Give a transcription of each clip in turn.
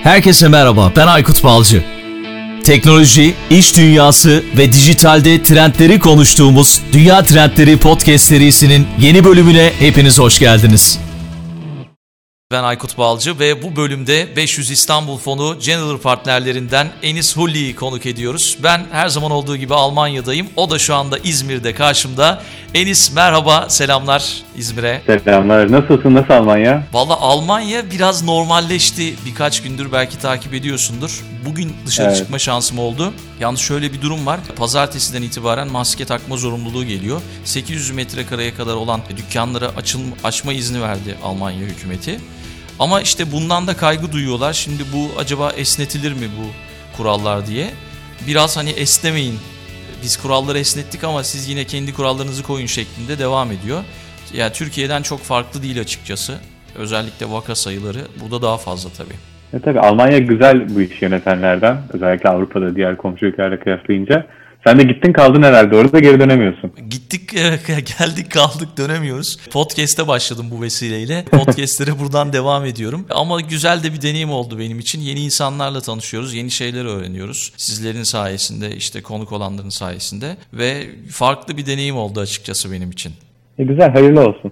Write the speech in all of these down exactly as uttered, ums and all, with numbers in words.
Herkese merhaba, ben Aykut Balcı. Teknoloji, iş dünyası ve dijitalde trendleri konuştuğumuz Dünya Trendleri Podcast serisinin yeni bölümüne hepiniz hoş geldiniz. Ben Aykut Balcı ve bu bölümde beş yüz İstanbul Fonu General Partnerlerinden Enis Hulli'yi konuk ediyoruz. Ben her zaman olduğu gibi Almanya'dayım. O da şu anda İzmir'de karşımda. Enis merhaba, selamlar İzmir'e. Selamlar. Nasılsın? Nasıl Almanya? Valla Almanya biraz normalleşti. Birkaç gündür belki takip ediyorsundur. Bugün dışarı evet. çıkma şansım oldu. Yalnız şöyle bir durum var. Pazartesiden itibaren maske takma zorunluluğu geliyor. sekiz yüz metrekareye kadar olan dükkanlara açılma, açma izni verdi Almanya hükümeti. Ama işte bundan da kaygı duyuyorlar. Şimdi bu acaba esnetilir mi bu kurallar diye. Biraz hani esnemeyin. Biz kuralları esnettik ama siz yine kendi kurallarınızı koyun şeklinde devam ediyor. Yani Türkiye'den çok farklı değil açıkçası. Özellikle vaka sayıları burada daha fazla tabii. E tabii Almanya güzel bu işi yönetenlerden. Özellikle Avrupa'da diğer komşu ülkelerle kıyaslayınca. Sen de gittin kaldın herhalde orada, geri dönemiyorsun. Gittik geldik kaldık dönemiyoruz. Podcast'e başladım bu vesileyle. Podcast'lere buradan devam ediyorum. Ama güzel de bir deneyim oldu benim için. Yeni insanlarla tanışıyoruz, yeni şeyler öğreniyoruz. Sizlerin sayesinde, işte konuk olanların sayesinde. Ve farklı bir deneyim oldu açıkçası benim için. E güzel, hayırlı olsun.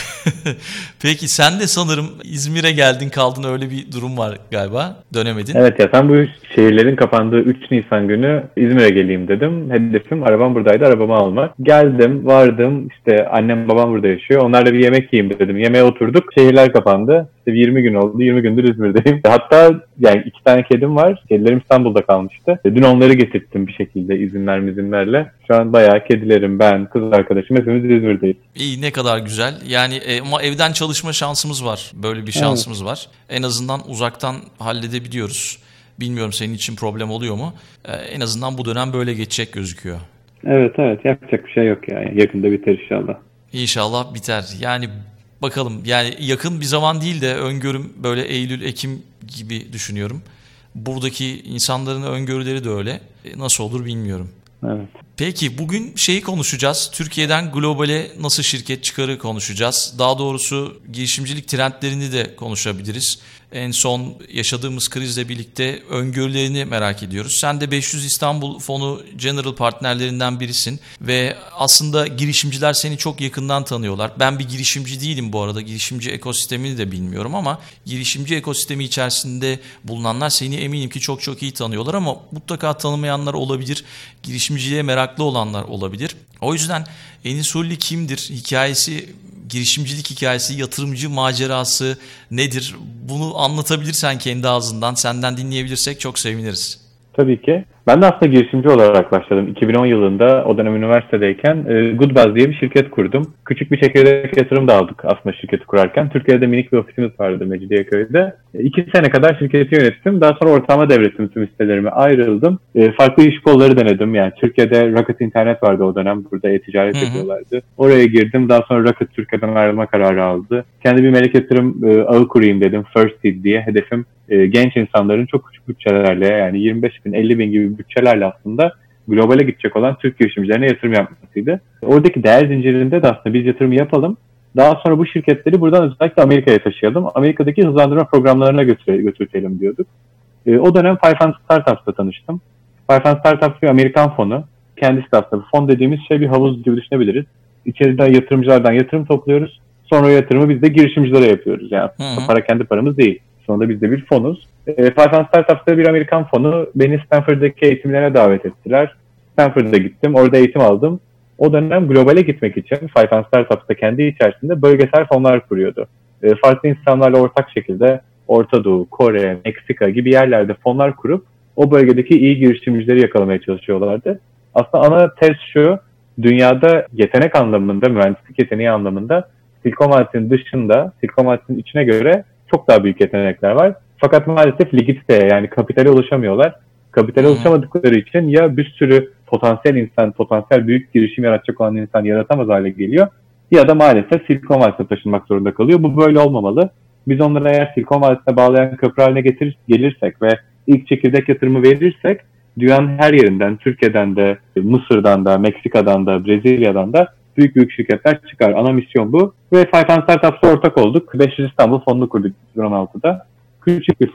Peki sen de sanırım İzmir'e geldin kaldın, öyle bir durum var galiba, dönemedin. Evet ya, ben bu şehirlerin kapandığı üç Nisan günü İzmir'e geleyim dedim. Hedefim, arabam buradaydı, arabamı almak. Geldim, vardım, işte annem babam burada yaşıyor, onlarla bir yemek yiyeyim dedim. Yemeğe oturduk, şehirler kapandı. İşte yirmi gün oldu, yirmi gündür İzmir'deyim. Hatta yani iki tane kedim var, kedilerim İstanbul'da kalmıştı. Dün onları getirttim bir şekilde izinler mizinlerle. Şu an bayağı kedilerim, ben, kız arkadaşım hepimiz İzmir'deyiz. İyi, ne kadar güzel. Yani e, ama evden çalışma şansımız var. Böyle bir şansımız evet. var. En azından uzaktan halledebiliyoruz. Bilmiyorum senin için problem oluyor mu? E, en azından bu dönem böyle geçecek gözüküyor. Evet evet, yapacak bir şey yok yani. Yakında biter inşallah. İnşallah biter. Yani bakalım, yani yakın bir zaman değil de öngörüm böyle Eylül, Ekim gibi düşünüyorum. Buradaki insanların öngörüleri de öyle. E, nasıl olur bilmiyorum. Evet. Peki bugün şeyi konuşacağız. Türkiye'den globale nasıl şirket çıkarı konuşacağız. Daha doğrusu girişimcilik trendlerini de konuşabiliriz. En son yaşadığımız krizle birlikte öngörülerini merak ediyoruz. Sen de beş yüz İstanbul Fonu General Partnerlerinden birisin ve aslında girişimciler seni çok yakından tanıyorlar. Ben bir girişimci değilim bu arada. Girişimci ekosistemini de bilmiyorum ama girişimci ekosistemi içerisinde bulunanlar seni eminim ki çok çok iyi tanıyorlar ama mutlaka tanımayanlar olabilir. Girişimciliğe meraklı olanlar olabilir. O yüzden Enis Hulli kimdir? Hikayesi, girişimcilik hikayesi, yatırımcı macerası nedir? Bunu anlatabilirsen kendi ağzından, senden dinleyebilirsek çok seviniriz. Tabii ki. Ben de aslında girişimci olarak başladım. iki bin on yılında, o dönem üniversitedeyken e, Goodbuzz diye bir şirket kurdum. Küçük bir çekirdek yatırım da aldık aslında şirketi kurarken. Türkiye'de minik bir ofisimiz vardı Mecidiyeköy'de. E, iki sene kadar şirketi yönettim. Daha sonra ortağıma devrettim tüm hisselerimi, ayrıldım. E, farklı iş kolları denedim. Yani Türkiye'de Rocket internet vardı o dönem. Burada e-ticaret Hı-hı. yapıyorlardı. Oraya girdim. Daha sonra Rocket Türkiye'den ayrılma kararı aldı. Kendi bir melek yatırım e, ağı kurayım dedim. First Seed diye. Hedefim e, genç insanların çok küçük bütçelerle, yani yirmi beş bin elli bin gibi bütçelerle aslında globale gidecek olan Türk girişimcilerine yatırım yapmasıydı. Oradaki değer zincirinde de aslında biz yatırım yapalım. Daha sonra bu şirketleri buradan özellikle Amerika'ya taşıyalım. Amerika'daki hızlandırma programlarına götüre, götürtelim diyorduk. E, o dönem Five Hundred Startups'la tanıştım. Five Hundred Startups bir Amerikan fonu. Kendisi de aslında fon dediğimiz şey bir havuz gibi düşünebiliriz. İçeride yatırımcılardan yatırım topluyoruz. Sonra o yatırımı biz de girişimcilere yapıyoruz. Yani Hı-hı. para kendi paramız değil. Sonunda biz de bir fonuz. E, Five Hundred Startups'ta bir Amerikan fonu. Beni Stanford'daki eğitimlere davet ettiler. Stanford'a gittim. Orada eğitim aldım. O dönem globale gitmek için Five Hundred Startups'ta kendi içerisinde bölgesel fonlar kuruyordu. E, farklı insanlarla ortak şekilde Orta Doğu, Kore, Meksika gibi yerlerde fonlar kurup o bölgedeki iyi girişimcileri yakalamaya çalışıyorlardı. Aslında ana tez şu: dünyada yetenek anlamında, mühendislik yeteneği anlamında Silikon Vadisi'nin dışında, Silikon Vadisi'nin içine göre çok daha büyük yetenekler var. Fakat maalesef likiditeye, yani kapitale ulaşamıyorlar. Kapitale hmm. ulaşamadıkları için ya bir sürü potansiyel insan, potansiyel büyük girişim yaratacak olan insan yaratamaz hale geliyor, ya da maalesef Silikon Vadisi'ne taşınmak zorunda kalıyor. Bu böyle olmamalı. Biz onları eğer Silikon Vadisi'ne bağlayan köprü haline getirir, gelirsek ve ilk çekirdek yatırımı verirsek, dünyanın her yerinden, Türkiye'den de, Mısır'dan da, Meksika'dan da, Brezilya'dan da büyük büyük şirketler çıkar. Ana misyon bu. Ve Five Hundred Startups'a ortak olduk. beş yüz İstanbul fonunu kurduk iki bin on altıda. Küçük bir fon.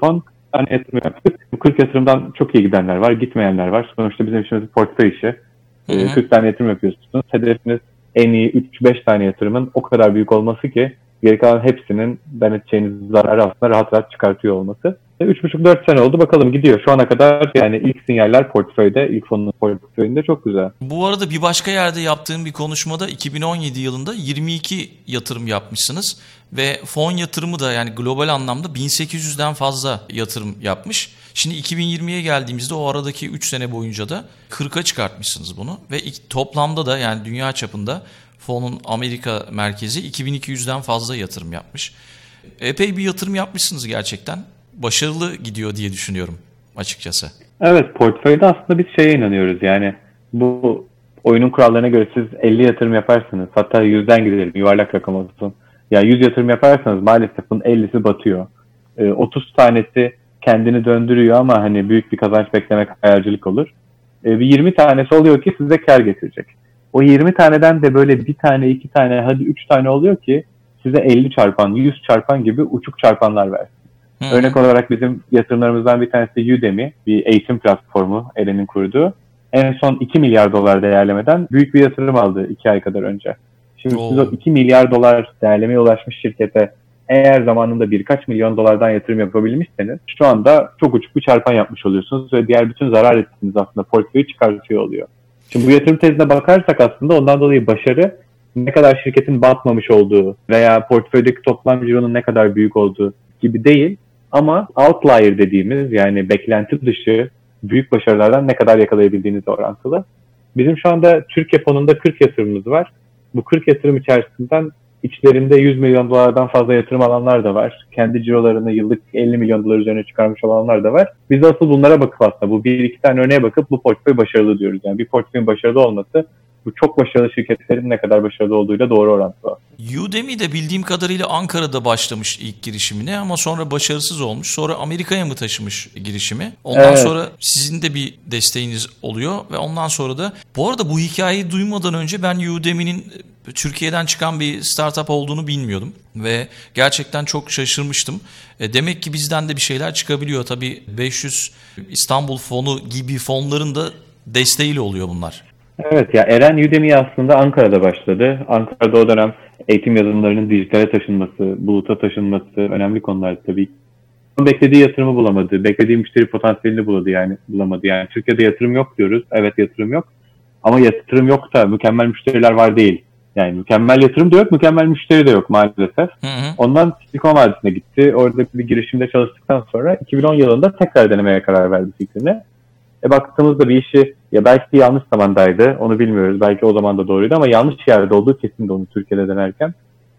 tane yatırım yaptık. Bu kırk yatırımdan çok iyi gidenler var, gitmeyenler var. Sonuçta bizim işimiz portföy işi. Hı-hı. kırk tane yatırım yapıyorsunuz. Hedefiniz en iyi üç beş tane yatırımın o kadar büyük olması ki geri kalan hepsinin ben edeceğiniz zararı aslında rahat rahat çıkartıyor olması. üç buçuk dört sene oldu, bakalım gidiyor. Şu ana kadar yani ilk sinyaller portföyde, ilk fonun portföyünde çok güzel. Bu arada bir başka yerde yaptığım bir konuşmada iki bin on yedi yılında yirmi iki yatırım yapmışsınız ve fon yatırımı da yani global anlamda bin sekiz yüzden fazla yatırım yapmış. Şimdi iki bin yirmiye geldiğimizde o aradaki üç sene boyunca da kırka çıkartmışsınız bunu ve ilk, toplamda da yani dünya çapında fonun Amerika merkezi iki bin iki yüzden fazla yatırım yapmış. Epey bir yatırım yapmışsınız gerçekten. Başarılı gidiyor diye düşünüyorum açıkçası. Evet, portföyde aslında biz şeye inanıyoruz yani bu oyunun kurallarına göre siz elli yatırım yaparsınız, hatta yüzden gidelim, yuvarlak rakam olsun. Ya yüz yatırım yaparsanız maalesef bunun ellisi batıyor. Ee, otuz tanesi kendini döndürüyor ama hani büyük bir kazanç beklemek hayalcilik olur. Ee, bir yirmi tanesi oluyor ki size kar getirecek. O yirmi taneden de böyle bir tane, iki tane, hadi üç tane oluyor ki size elli çarpan, yüz çarpan gibi uçuk çarpanlar versin. Hı-hı. Örnek olarak bizim yatırımlarımızdan bir tanesi Udemy, bir eğitim platformu Eren'in kurduğu. En son iki milyar dolar değerlemeden büyük bir yatırım aldı iki ay kadar önce. Şimdi Oo. siz o iki milyar dolar değerlemeye ulaşmış şirkete eğer zamanında birkaç milyon dolardan yatırım yapabilmişseniz şu anda çok uçuk bir çarpan yapmış oluyorsunuz ve diğer bütün zarar ettiğiniz aslında portföyü çıkartıyor oluyor. Şimdi bu yatırım tezine bakarsak aslında ondan dolayı başarı ne kadar şirketin batmamış olduğu veya portföydeki toplam cironun ne kadar büyük olduğu gibi değil. Ama outlier dediğimiz yani beklenti dışı büyük başarılardan ne kadar yakalayabildiğinizle orantılı. Bizim şu anda Türkiye fonunda kırk yatırımımız var. Bu kırk yatırım içerisinden içlerinde yüz milyon dolardan fazla yatırım alanlar da var. Kendi cirolarını yıllık elli milyon dolar üzerine çıkarmış olanlar da var. Biz asıl bunlara bakıp aslında bu bir iki tane örneğe bakıp bu portföy başarılı diyoruz. Yani bir portföyün başarılı olması bu çok başarılı şirketlerin ne kadar başarılı olduğuyla doğru orantılı. Udemy de bildiğim kadarıyla Ankara'da başlamış ilk girişimine ama sonra başarısız olmuş. Sonra Amerika'ya mı taşımış girişimi? Ondan evet. sonra sizin de bir desteğiniz oluyor ve ondan sonra da bu arada bu hikayeyi duymadan önce ben Udemy'nin Türkiye'den çıkan bir startup olduğunu bilmiyordum ve gerçekten çok şaşırmıştım. E demek ki bizden de bir şeyler çıkabiliyor. Tabii beş yüz İstanbul fonu gibi fonların da desteğiyle oluyor bunlar. Evet ya Eren Udemy'ye aslında Ankara'da başladı. Ankara'da o dönem eğitim yazılımlarının dijitale taşınması, buluta taşınması önemli konular tabii. Beklediği yatırımı bulamadı, beklediği müşteri potansiyelini buladı yani bulamadı. Yani Türkiye'de yatırım yok diyoruz. Evet yatırım yok. Ama yatırım yok da mükemmel müşteriler var değil. Yani mükemmel yatırım da yok, mükemmel müşteri de yok maalesef. Hı hı. Ondan Silikon Vadisi'ne gitti. Orada bir girişimde çalıştıktan sonra iki bin on yılında tekrar denemeye karar verdi fikrini. E baktığımızda bir işi ya belki yanlış zamandaydı, onu bilmiyoruz. Belki o zaman da doğruydu ama yanlış yerde olduğu kesin de onu Türkiye'de denerken.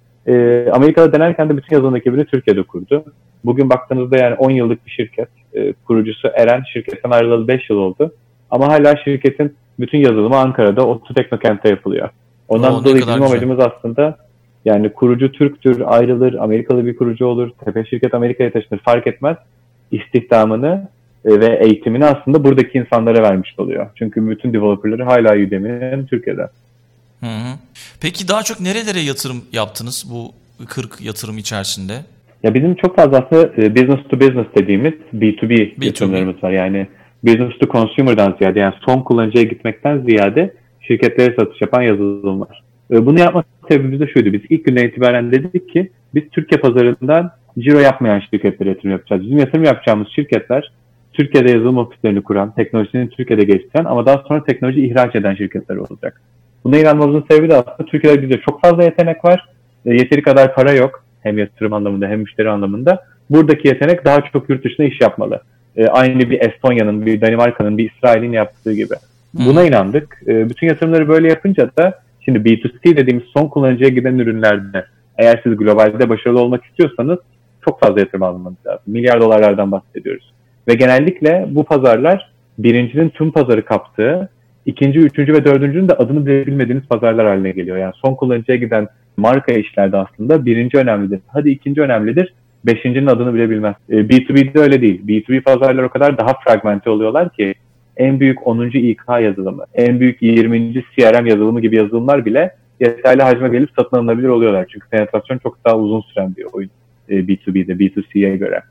E, Amerika'da denerken de bütün yazılım ekibini Türkiye'de kurdu. Bugün baktığınızda yani on yıllık bir şirket. E, kurucusu Eren şirketten ayrılalı beş yıl oldu. Ama hala şirketin bütün yazılımı Ankara'da ODTÜ Teknokent'te yapılıyor. Ondan Oo, dolayı bizim amacımız aslında yani kurucu Türktür, ayrılır, Amerikalı bir kurucu olur, tepe şirket Amerika'ya taşınır fark etmez. İstihdamını ve eğitimini aslında buradaki insanlara vermiş oluyor. Çünkü bütün developerları hala Udemy'nin Türkiye'de. Hı hı. Peki daha çok nerelere yatırım yaptınız bu kırk yatırım içerisinde? Ya bizim çok fazla aslında business to business dediğimiz B to B, B yatırımlarımız var. Yani business to consumer'dan ziyade yani son kullanıcıya gitmekten ziyade şirketlere satış yapan yazılım var. Bunu yapmak sebebimiz de şuydu. Biz ilk günden itibaren dedik ki biz Türkiye pazarından ciro yapmayan şirketlere yatırım yapacağız. Bizim yatırım yapacağımız şirketler Türkiye'de yazılım ofislerini kuran, teknolojisini Türkiye'de geliştiren ama daha sonra teknoloji ihraç eden şirketler olacak. Buna inanmamızın sebebi de aslında Türkiye'de bizde çok fazla yetenek var. Yeteri kadar para yok. Hem yatırım anlamında hem müşteri anlamında. Buradaki yetenek daha çok yurt dışında iş yapmalı. Aynı bir Estonya'nın, bir Danimarka'nın, bir İsrail'in yaptığı gibi. Buna inandık. Bütün yatırımları böyle yapınca da şimdi B to C dediğimiz son kullanıcıya giden ürünlerde eğer siz globalde başarılı olmak istiyorsanız çok fazla yatırım almanız lazım. Milyar dolarlardan bahsediyoruz. Ve genellikle bu pazarlar birincinin tüm pazarı kaptığı, ikinci, üçüncü ve dördüncünün de adını bile bilmediğiniz pazarlar haline geliyor. Yani son kullanıcıya giden marka işlerde aslında birinci önemlidir. Hadi ikinci önemlidir, beşincinin adını bile bilmez. B to B'de öyle değil. B to B pazarlar o kadar daha fragmente oluyorlar ki en büyük onuncu İK yazılımı, en büyük yirminci C R M yazılımı gibi yazılımlar bile yeterli hacme gelip satın alınabilir oluyorlar. Çünkü penetrasyon çok daha uzun süren bir oyun B to B'de, B to C'ye göre.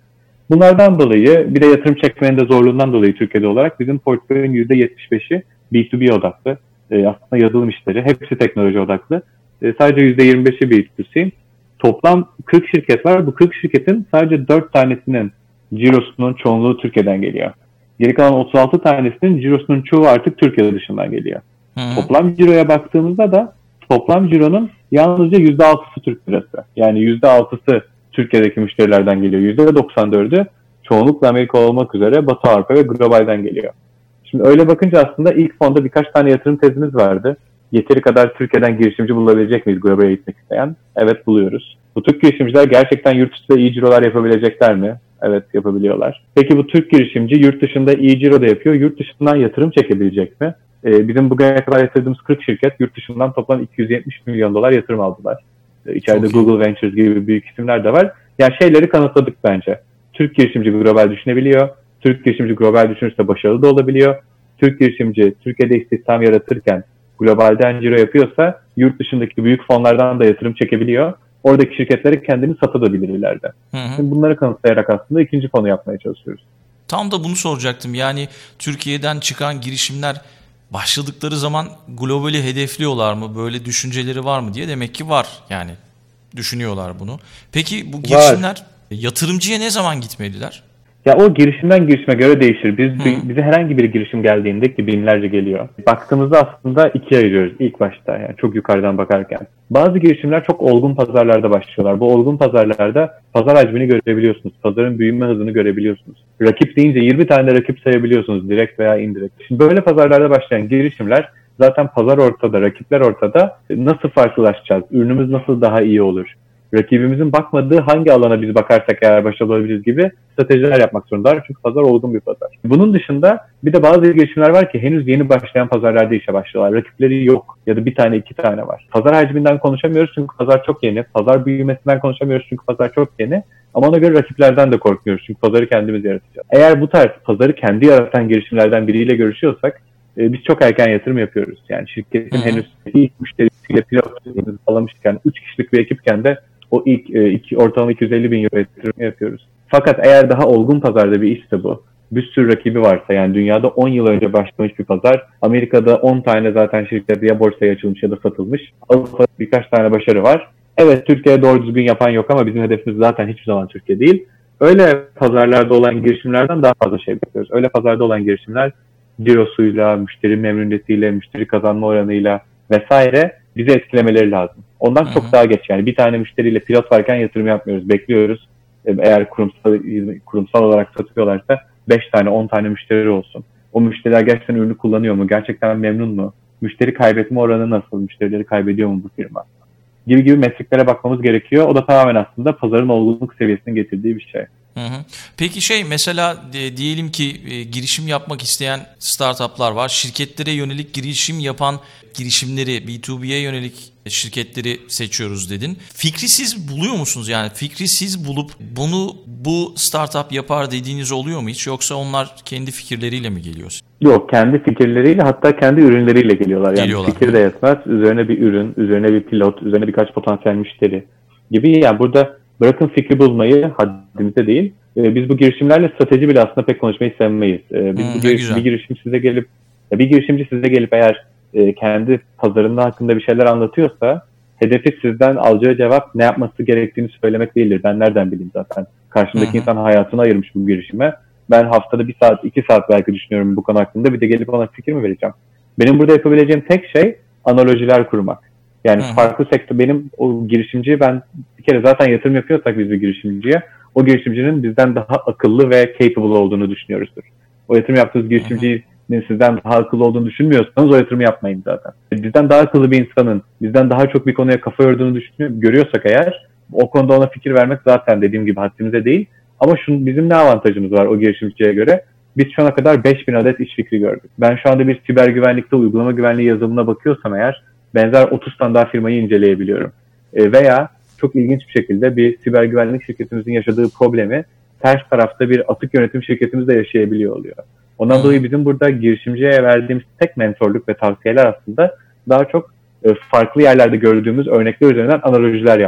Bunlardan dolayı bir de yatırım çekmenin de zorluğundan dolayı Türkiye'de olarak bizim portföyün yüzde yetmiş beşi B iki B odaklı. E, aslında yazılım işleri, hepsi teknoloji odaklı. E, sadece yüzde yirmi beşi B iki C. Toplam kırk şirket var. Bu kırk şirketin sadece dört tanesinin cirosunun çoğunluğu Türkiye'den geliyor. Geri kalan otuz altı tanesinin cirosunun çoğu artık Türkiye dışından geliyor. Hı-hı. Toplam ciroya baktığımızda da toplam cironun yalnızca yüzde altısı Türk lirası. Yani yüzde altısı Türkiye'deki müşterilerden geliyor. yüzde doksan dördü çoğunlukla Amerika olmak üzere Batı Avrupa ve globalden geliyor. Şimdi öyle bakınca aslında ilk fonda birkaç tane yatırım tezimiz vardı. Yeteri kadar Türkiye'den girişimci bulabilecek miyiz globale gitmek isteyen? Evet, buluyoruz. Bu Türk girişimciler gerçekten yurt dışında iyi cirolar yapabilecekler mi? Evet, yapabiliyorlar. Peki bu Türk girişimci yurt dışında iyi ciro da yapıyor. Yurt dışından yatırım çekebilecek mi? Ee, bizim bugüne kadar yatırdığımız kırk şirket yurt dışından toplam iki yüz yetmiş milyon dolar yatırım aldılar. Ee, içeride Çok Google iyi. Ventures gibi büyük isimler de var. Yani şeyleri kanıtladık bence. Türk girişimci global düşünebiliyor. Türk girişimci global düşünürse başarılı da olabiliyor. Türk girişimci Türkiye'de istihdam yaratırken globalden ciro yapıyorsa yurt dışındaki büyük fonlardan da yatırım çekebiliyor. Oradaki şirketleri kendini satabilir ileride. Hı hı. Şimdi bunları kanıtlayarak aslında ikinci fonu yapmaya çalışıyoruz. Tam da bunu soracaktım. Yani Türkiye'den çıkan girişimler başladıkları zaman globali hedefliyorlar mı? Böyle düşünceleri var mı diye, demek ki var. Yani düşünüyorlar bunu. Peki bu girişimler var. Yatırımcıya ne zaman gitmeliler? Ya o girişimden girişime göre değişir. Biz hmm. bize herhangi bir girişim geldiğinde ki binlerce geliyor. Baktığımızda aslında ikiye ayırıyoruz ilk başta, yani çok yukarıdan bakarken. Bazı girişimler çok olgun pazarlarda başlıyorlar. Bu olgun pazarlarda pazar hacmini görebiliyorsunuz. Pazarın büyüme hızını görebiliyorsunuz. Rakip deyince yirmi tane rakip sayabiliyorsunuz, direkt veya indirekt. Şimdi böyle pazarlarda başlayan girişimler zaten pazar ortada, rakipler ortada. Nasıl farklılaşacağız? Ürünümüz nasıl daha iyi olur? Rakibimizin bakmadığı hangi alana biz bakarsak eğer başarılı olabiliriz gibi stratejiler yapmak zorundalar. Çünkü pazar olgun bir pazar. Bunun dışında bir de bazı girişimler var ki henüz yeni başlayan pazarlarda işe başlıyorlar. Rakipleri yok ya da bir tane iki tane var. Pazar hacminden konuşamıyoruz çünkü pazar çok yeni. Pazar büyümesinden konuşamıyoruz çünkü pazar çok yeni. Ama ona göre rakiplerden de korkmuyoruz çünkü pazarı kendimiz yaratacağız. Eğer bu tarz pazarı kendi yaratan girişimlerden biriyle görüşüyorsak e, biz çok erken yatırım yapıyoruz. Yani şirketin henüz ilk müşterisiyle pilot alamışken, üç kişilik bir ekipken de o ilk e, iki, ortalama iki yüz elli bin euro yatırım yapıyoruz. Fakat eğer daha olgun pazarda bir işse bu, bir sürü rakibi varsa, yani dünyada on yıl önce başlamış bir pazar, Amerika'da on tane zaten şirket ya borsaya açılmış ya da satılmış, Avrupa'da birkaç tane başarı var. Evet, Türkiye'ye doğru düzgün yapan yok ama bizim hedefimiz zaten hiçbir zaman Türkiye değil. Öyle pazarlarda olan girişimlerden daha fazla şey bekliyoruz. Öyle pazarda olan girişimler cirosuyla, müşteri memnuniyetiyle, müşteri kazanma oranıyla vesaire bizi etkilemeleri lazım. Ondan Hı-hı. çok daha geç, yani bir tane müşteriyle pilot varken yatırım yapmıyoruz, bekliyoruz. Eğer kurumsal kurumsal olarak satıyorlarsa beş tane on tane müşteri olsun. O müşteriler gerçekten ürünü kullanıyor mu? Gerçekten memnun mu? Müşteri kaybetme oranı nasıl? Müşterileri kaybediyor mu bu firma? Gibi gibi metriklere bakmamız gerekiyor. O da tamamen aslında pazarın olgunluk seviyesinin getirdiği bir şey. Hı hı. Peki şey mesela e, diyelim ki e, girişim yapmak isteyen startuplar var. Şirketlere yönelik girişim yapan girişimleri, B iki B'ye yönelik şirketleri seçiyoruz dedin. Fikri siz buluyor musunuz? Yani fikri siz bulup bunu bu startup yapar dediğiniz oluyor mu hiç? Yoksa onlar kendi fikirleriyle mi geliyor? Yok, kendi fikirleriyle, hatta kendi ürünleriyle geliyorlar. Yani geliyorlar. Fikir de yetmez. Üzerine bir ürün, üzerine bir pilot, üzerine birkaç potansiyel müşteri gibi. Yani burada bırakın fikri bulmayı, haddimize değil. Ee, biz bu girişimlerle strateji bile aslında pek konuşmayı sevmeyiz. Ee, biz hmm, bu giriş, bir girişim size gelip, bir girişimci size gelip eğer e, kendi pazarında hakkında bir şeyler anlatıyorsa, hedefi sizden alacağı cevap ne yapması gerektiğini söylemek değildir. Ben nereden bileyim zaten? Karşımdaki hmm. insan hayatını ayırmış bu girişime. Ben haftada bir saat, iki saat belki düşünüyorum bu konu hakkında. Bir de gelip ona fikir mi vereceğim? Benim burada yapabileceğim tek şey analojiler kurmak. Yani Hı-hı. farklı sektör, benim o girişimciye ben bir kere zaten yatırım yapıyorsak biz bir girişimciye, o girişimcinin bizden daha akıllı ve capable olduğunu düşünüyoruzdur. O yatırım yaptığınız girişimcinin Hı-hı. sizden daha akıllı olduğunu düşünmüyorsanız o yatırımı yapmayın zaten. Bizden daha akıllı bir insanın bizden daha çok bir konuya kafa yorduğunu düşünüyor, görüyorsak eğer, o konuda ona fikir vermek zaten dediğim gibi haddimize değil. Ama şun, bizim ne avantajımız var o girişimciye göre? Biz şu ana kadar beş bin adet iş fikri gördük. Ben şu anda bir siber güvenlikte uygulama güvenliği yazılımına bakıyorsam eğer, benzer otuz tane daha firmayı inceleyebiliyorum. E, veya çok ilginç bir şekilde bir siber güvenlik şirketimizin yaşadığı problemi ters tarafta bir atık yönetim şirketimiz de yaşayabiliyor oluyor. Ondan hmm. dolayı bizim burada girişimciye verdiğimiz tek mentorluk ve tavsiyeler aslında daha çok e, farklı yerlerde gördüğümüz örnekler üzerinden analojiler yapmak.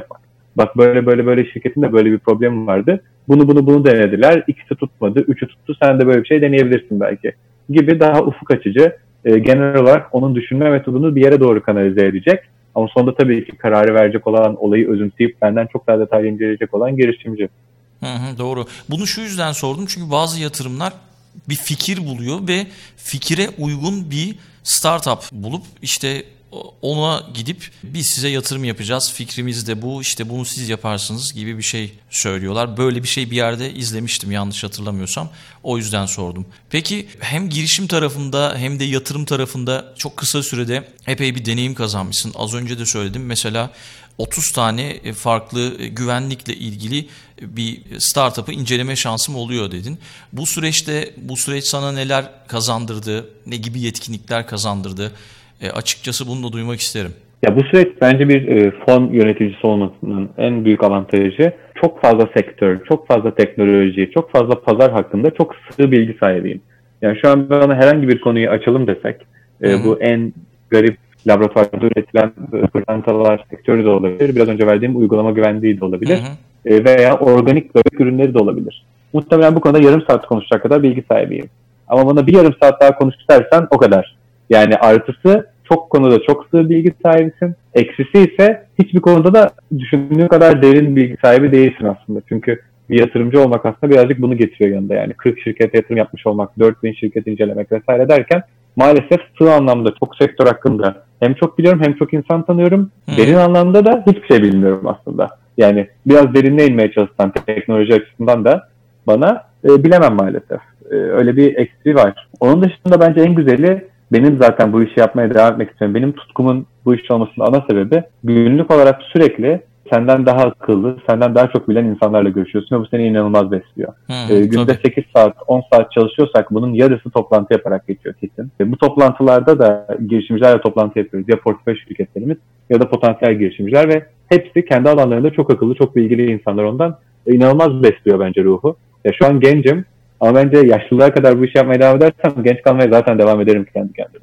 Bak böyle böyle böyle şirketin de böyle bir problemi vardı. Bunu bunu bunu denediler. İkisi tutmadı, üçü tuttu. Sen de böyle bir şey deneyebilirsin belki. Gibi daha ufuk açıcı, e, genel olarak onun düşünme metodunu bir yere doğru kanalize edecek. Ama sonunda tabii ki kararı verecek olan, olayı özümseyip benden çok daha detaylı inceleyecek olan girişimci. Hı hı, doğru. Bunu şu yüzden sordum çünkü bazı yatırımlar bir fikir buluyor ve fikire uygun bir startup bulup işte ona gidip biz size yatırım yapacağız, fikrimiz de bu, işte bunu siz yaparsınız gibi bir şey söylüyorlar. Böyle bir şey bir yerde izlemiştim yanlış hatırlamıyorsam. O yüzden sordum. Peki hem girişim tarafında hem de yatırım tarafında çok kısa sürede epey bir deneyim kazanmışsın. Az önce de söyledim. Mesela otuz tane farklı güvenlikle ilgili bir startup'ı inceleme şansım oluyor dedin. Bu süreçte bu süreç sana neler kazandırdı, ne gibi yetkinlikler kazandırdı? E, açıkçası bunu da duymak isterim. Ya bu süreç bence bir e, fon yöneticisi olmasının en büyük avantajı, çok fazla sektör, çok fazla teknoloji, çok fazla pazar hakkında çok sığ bilgi sahibiyim. Yani şu an bana herhangi bir konuyu açalım desek, e, bu en garip laboratuvarda üretilen pırlantalar sektörü de olabilir, biraz önce verdiğim uygulama güvenliği de olabilir, hı hı. E, veya organik böbrek ürünleri de olabilir. Muhtemelen bu konuda yarım saat konuşacak kadar bilgi sahibiyim. Ama bana bir yarım saat daha konuş dersen o kadar. Yani artısı çok konuda çok sığ bilgi sahibisin. Eksisi ise hiçbir konuda da düşündüğün kadar derin bilgi sahibi değilsin aslında. Çünkü bir yatırımcı olmak aslında birazcık bunu getiriyor yanında. Yani kırk şirkete yatırım yapmış olmak, dört bin şirket incelemek vesaire derken maalesef sığ anlamda çok sektör hakkında hem çok biliyorum hem çok insan tanıyorum. Hmm. Derin anlamda da hiçbir şey bilmiyorum aslında. Yani biraz derinine inmeye çalışsam teknoloji açısından da bana e, bilemem maalesef. E, öyle bir eksiği var. Onun dışında bence en güzeli, benim zaten bu işi yapmaya devam etmek istiyorum. Benim tutkumun bu iş olmasının ana sebebi, günlük olarak sürekli senden daha akıllı, senden daha çok bilen insanlarla görüşüyorsun ve bu seni inanılmaz besliyor. Hmm, ee, günde tabii. sekiz saat, on saat çalışıyorsak bunun yarısı toplantı yaparak geçiyor kesin. E, bu toplantılarda da girişimcilerle toplantı yapıyoruz. Ya portföy şirketlerimiz ya da potansiyel girişimciler ve hepsi kendi alanlarında çok akıllı, çok bilgili insanlar, ondan e, inanılmaz besliyor bence ruhu. Ya şu an gencim. Ama bence yaşlılığa kadar bu işi yapmaya devam edersem genç kalmaya zaten devam ederim kendi kendime.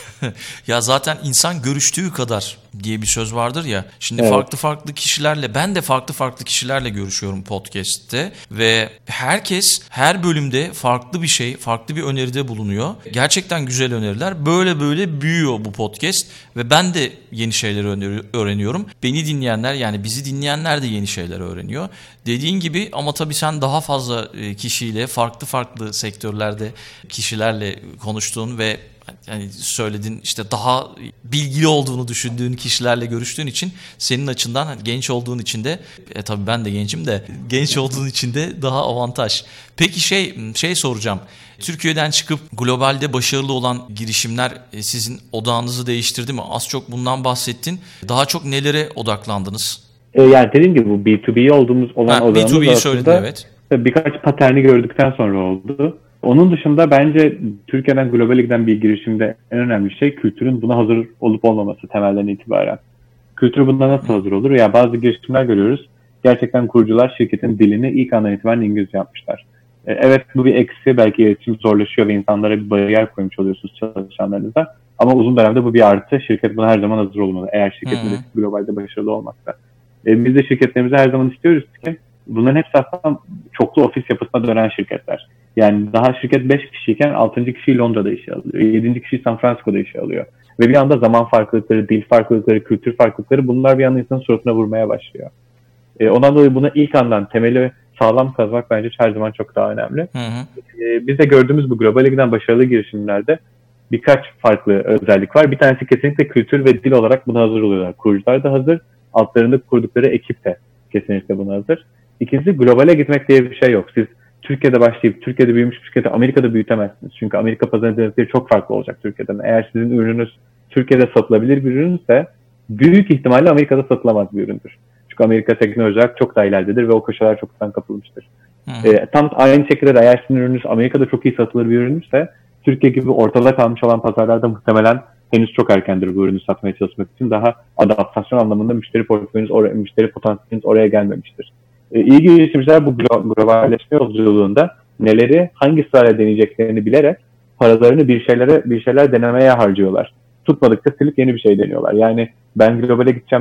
Ya zaten insan görüştüğü kadar diye bir söz vardır ya. Şimdi evet. farklı farklı kişilerle, ben de farklı farklı kişilerle görüşüyorum podcast'te ve herkes her bölümde farklı bir şey, farklı bir öneride bulunuyor. Gerçekten güzel öneriler. Böyle böyle büyüyor bu podcast ve ben de yeni şeyler öğreniyorum. Beni dinleyenler, yani bizi dinleyenler de yeni şeyler öğreniyor. Dediğin gibi, ama tabii sen daha fazla kişiyle, farklı farklı sektörlerde kişilerle konuştuğun ve yani söyledin, işte daha bilgili olduğunu düşündüğün kişilerle görüştüğün için senin açından, genç olduğun için de e, tabii ben de gencim de genç olduğun için de daha avantaj. Peki şey şey soracağım. Türkiye'den çıkıp globalde başarılı olan girişimler e, sizin odağınızı değiştirdi mi? Az çok bundan bahsettin. Daha çok nelere odaklandınız? E, yani dediğim gibi bu B iki B olduğumuz olan ha, odağımız B iki B'yi söyledin, evet. Birkaç paterni gördükten sonra oldu. Onun dışında bence Türkiye'den globale giden bir girişimde en önemli şey kültürün buna hazır olup olmaması temelden itibaren. Kültür buna nasıl hazır olur? Ya bazı girişimler görüyoruz. Gerçekten kurucular şirketin dilini ilk andan itibaren İngilizce yapmışlar. Evet, bu bir eksi. Belki iletişim zorlaşıyor ve insanlara bir bariyer koymuş oluyorsunuz çalışanlarınıza. Ama uzun dönemde bu bir artı. Şirket buna her zaman hazır olmalı. Eğer şirketin globalde başarılı olmakta. Biz de şirketlerimize her zaman istiyoruz ki bunların hepsi aslında çoklu ofis yapısına dönen şirketler. Yani daha şirket beş kişiyken altıncı kişiyi Londra'da işe alıyor. yedinci kişiyi San Francisco'da işe alıyor. Ve bir anda zaman farklılıkları, dil farklılıkları, kültür farklılıkları, bunlar bir anda insanın suratına vurmaya başlıyor. E, ondan dolayı buna ilk andan temeli sağlam kazmak bence her zaman çok daha önemli. Hı hı. E, biz de gördüğümüz bu globale giden başarılı girişimlerde birkaç farklı özellik var. Bir tanesi kesinlikle kültür ve dil olarak buna hazır oluyorlar. Kurucular da hazır, altlarında kurdukları ekip de kesinlikle buna hazır. İkincisi, globale gitmek diye bir şey yok. Siz Türkiye'de başlayıp Türkiye'de büyümüş bir şirketi Amerika'da büyütemezsiniz. Çünkü Amerika pazarı dinamikleri çok farklı olacak Türkiye'den. Eğer sizin ürününüz Türkiye'de satılabilir bir ürünse büyük ihtimalle Amerika'da satılamaz bir üründür. Çünkü Amerika teknoloji olarak çok daha ileridedir ve o koşullar çoktan kapılmıştır. E, tam aynı şekilde de eğer sizin ürününüz Amerika'da çok iyi satılır bir ürünse Türkiye gibi ortada kalmış olan pazarlarda muhtemelen henüz çok erkendir bu ürünü satmaya çalışmak için. Daha adaptasyon anlamında müşteri portföyünüz, oraya, müşteri potansiyeliniz oraya gelmemiştir. E, iyi girişimciler bu globalleşme yolculuğunda neleri hangi sırayla deneyeceklerini bilerek paralarını bir şeylere bir şeyler denemeye harcıyorlar. Tutmadıkça silip yeni bir şey deniyorlar. Yani ben globale gideceğim deyip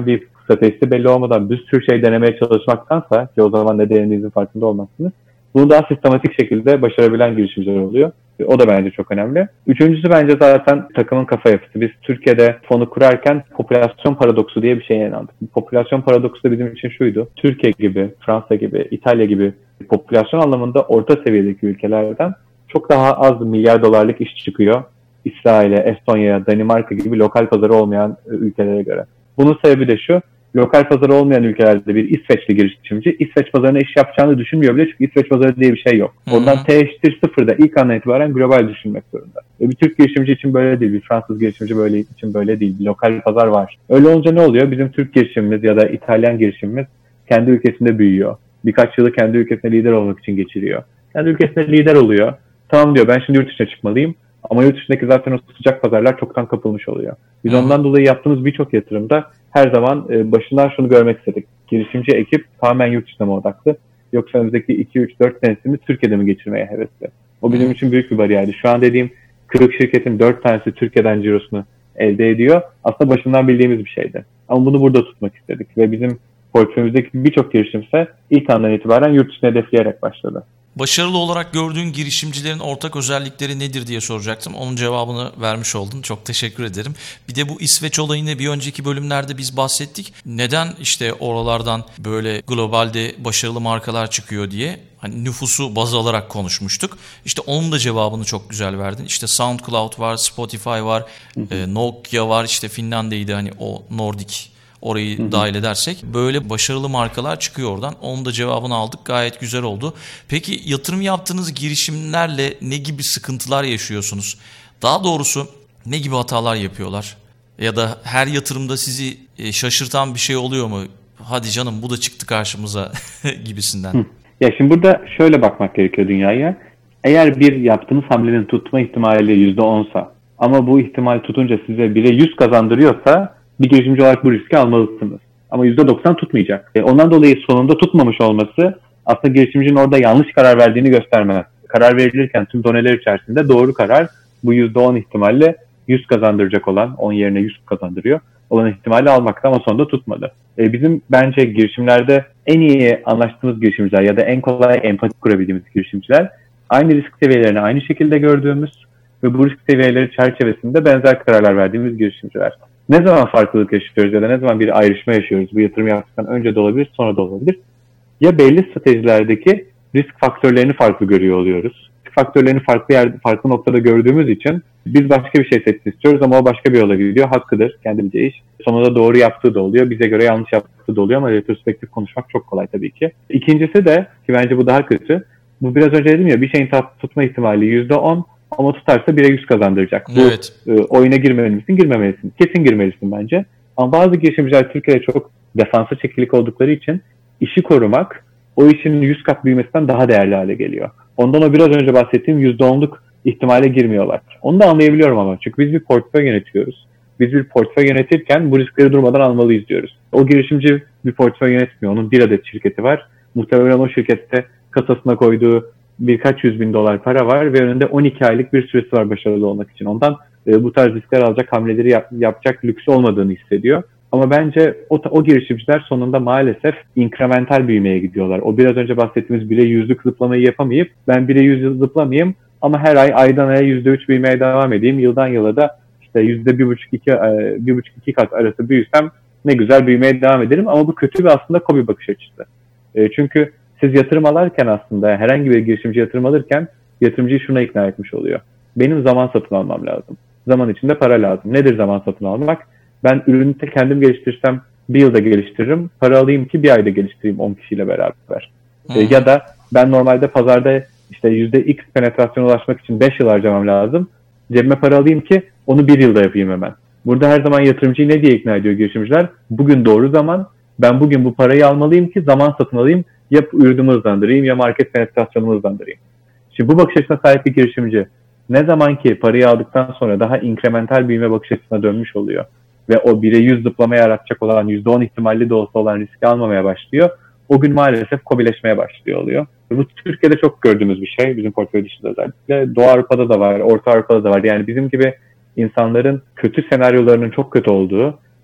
stratejisi belli olmadan bir sürü şey denemeye çalışmaktansa, ki o zaman ne denediğinizin farkında olmazsınız, bunu daha sistematik şekilde başarabilen girişimciler oluyor. O da bence çok önemli. Üçüncüsü bence zaten takımın kafa yapısı. Biz Türkiye'de fonu kurarken popülasyon paradoksu diye bir şeye inandık. Popülasyon paradoksu da bizim için şuydu. Türkiye gibi, Fransa gibi, İtalya gibi popülasyon anlamında orta seviyedeki ülkelerden çok daha az milyar dolarlık iş çıkıyor. İsrail'e, Estonya'ya, Danimarka gibi lokal pazarı olmayan ülkelere göre. Bunun sebebi de şu. Lokal pazarı olmayan ülkelerde bir İsveçli girişimci İsveç pazarına iş yapacağını düşünmüyor bile, çünkü İsveç pazarı diye bir şey yok. Ondan T eşittir sıfırda ilk andan itibaren global düşünmek zorunda. E bir Türk girişimci için böyle değil, bir Fransız girişimci böyle için böyle değil. Bir lokal pazar var. Öyle olunca ne oluyor? Bizim Türk girişimimiz ya da İtalyan girişimimiz kendi ülkesinde büyüyor. Birkaç yılı kendi ülkesinde lider olmak için geçiriyor. Kendi ülkesinde lider oluyor. Tamam diyor, ben şimdi yurt dışına çıkmalıyım. Ama yurt dışındaki zaten o sıcak pazarlar çoktan kapılmış oluyor. Biz Hı. ondan dolayı yaptığımız birçok yatırımda her zaman e, başından şunu görmek istedik. Girişimci ekip tamamen yurt dışına mı odaklı? Yoksa önümüzdeki iki üç dört senesini Türkiye'de mi geçirmeye hevesli? O bizim için büyük bir bariyerdi. Şu an dediğim kırk şirketin dört tanesi Türkiye'den cirosunu elde ediyor. Aslında başından bildiğimiz bir şeydi. Ama bunu burada tutmak istedik. Ve bizim portföyümüzdeki birçok girişimse ilk andan itibaren yurt dışına hedefleyerek başladı. Başarılı olarak gördüğün girişimcilerin ortak özellikleri nedir diye soracaktım. Onun cevabını vermiş oldun. Çok teşekkür ederim. Bir de bu İsveç olayını bir önceki bölümlerde biz bahsettik. Neden işte oralardan böyle globalde başarılı markalar çıkıyor diye hani nüfusu baz alarak konuşmuştuk. İşte onun da cevabını çok güzel verdin. İşte SoundCloud var, Spotify var, e, Nokia var, işte Finlandiya'ydı hani o Nordik. Orayı Hı-hı. dahil edersek böyle başarılı markalar çıkıyor oradan. Onun da cevabını aldık. Gayet güzel oldu. Peki yatırım yaptığınız girişimlerle ne gibi sıkıntılar yaşıyorsunuz? Daha doğrusu ne gibi hatalar yapıyorlar? Ya da her yatırımda sizi şaşırtan bir şey oluyor mu? Hadi canım bu da çıktı karşımıza gibisinden. Hı. Ya şimdi burada şöyle bakmak gerekiyor dünyaya. Eğer bir yaptığınız hamlenin tutma ihtimali yüzde onsa ama bu ihtimal tutunca size bire yüz kazandırıyorsa bir girişimci olarak bu riski almalısınız. Ama yüzde doksan tutmayacak. E, ondan dolayı sonunda tutmamış olması aslında girişimcinin orada yanlış karar verdiğini göstermez. Karar verilirken tüm doneler içerisinde doğru karar bu yüzde on ihtimalle yüz kazandıracak olan, on yerine yüz kazandırıyor olan ihtimali almakta ama sonunda tutmadı. E, bizim bence girişimlerde en iyi anlaştığımız girişimciler ya da en kolay empati kurabildiğimiz girişimciler aynı risk seviyelerini aynı şekilde gördüğümüz ve bu risk seviyeleri çerçevesinde benzer kararlar verdiğimiz girişimciler. Ne zaman farklılık yaşıyoruz ya da ne zaman bir ayrışma yaşıyoruz? Bu yatırım yaptıktan önce de olabilir, sonra da olabilir. Ya belli stratejilerdeki risk faktörlerini farklı görüyor oluyoruz. Risk faktörlerini farklı yerde, farklı noktada gördüğümüz için biz başka bir şey seçsin istiyoruz ama o başka bir yola gidiyor. Hakkıdır, kendimce iş. Sonunda doğru yaptığı da oluyor, bize göre yanlış yaptığı da oluyor ama retrospektif konuşmak çok kolay tabii ki. İkincisi de, ki bence bu daha kötü, bu biraz önce dedim ya, bir şeyin tutma ihtimali yüzde on. Ama tutarsa bire yüz kazandıracak. Evet. Bu e, oyuna girmeli misin? Girmemelisin. Kesin girmelisin bence. Ama bazı girişimciler Türkiye'de çok defansa çekilik oldukları için işi korumak o işin yüz kat büyümesinden daha değerli hale geliyor. Ondan o biraz önce bahsettiğim yüzde onluk ihtimale girmiyorlar. Onu da anlayabiliyorum ama. Çünkü biz bir portföy yönetiyoruz. Biz bir portföy yönetirken bu riskleri durmadan almalıyız diyoruz. O girişimci bir portföy yönetmiyor. Onun bir adet şirketi var. Muhtemelen o şirkette kasasına koyduğu birkaç yüz bin dolar para var ve önünde on iki aylık bir süresi var başarılı olmak için. Ondan e, bu tarz riskler alacak hamleleri yap, yapacak lüksü olmadığını hissediyor. Ama bence o, o girişimciler sonunda maalesef inkremental büyümeye gidiyorlar. O biraz önce bahsettiğimiz bire yüzlük zıplamayı yapamayıp ben bire yüz zıplamayayım ama her ay aydan aya yüzde üç büyümeye devam edeyim. Yıldan yıla da işte yüzde bir buçuk iki bir buçuk iki kat arası büyüsem ne güzel büyümeye devam ederim. Ama bu kötü ve aslında kobi bakış açısı. E, çünkü siz yatırım alırken aslında herhangi bir girişimci yatırım alırken yatırımcıyı şuna ikna etmiş oluyor. Benim zaman satın almam lazım. Zaman içinde para lazım. Nedir zaman satın almak? Ben ürünü kendim geliştirsem bir yılda geliştiririm. Para alayım ki bir ayda geliştireyim on kişiyle beraber. Hmm. E, ya da ben normalde pazarda işte yüzde X penetrasyona ulaşmak için beş yıl harcamam lazım. Cebime para alayım ki onu bir yılda yapayım hemen. Burada her zaman yatırımcıyı ne diye ikna ediyor girişimciler? Bugün doğru zaman. Ben bugün bu parayı almalıyım ki zaman satın alayım. Ya ürünümü hızlandırayım ya market penetrasyonumu hızlandırayım. Şimdi bu bakış açısına sahip bir girişimci ne zaman ki parayı aldıktan sonra daha inkremental büyüme bakış açısına dönmüş oluyor ve o bire yüz zıplamaya yaratacak olan yüzde on ihtimalli de olsa olan riski almamaya başlıyor. O gün maalesef kobileşmeye başlıyor oluyor. Ve bu Türkiye'de çok gördüğümüz bir şey. Bizim portföy dışında özellikle. Doğu Avrupa'da da var, Orta Avrupa'da da var. Yani bizim gibi insanların kötü senaryolarının çok kötü olduğu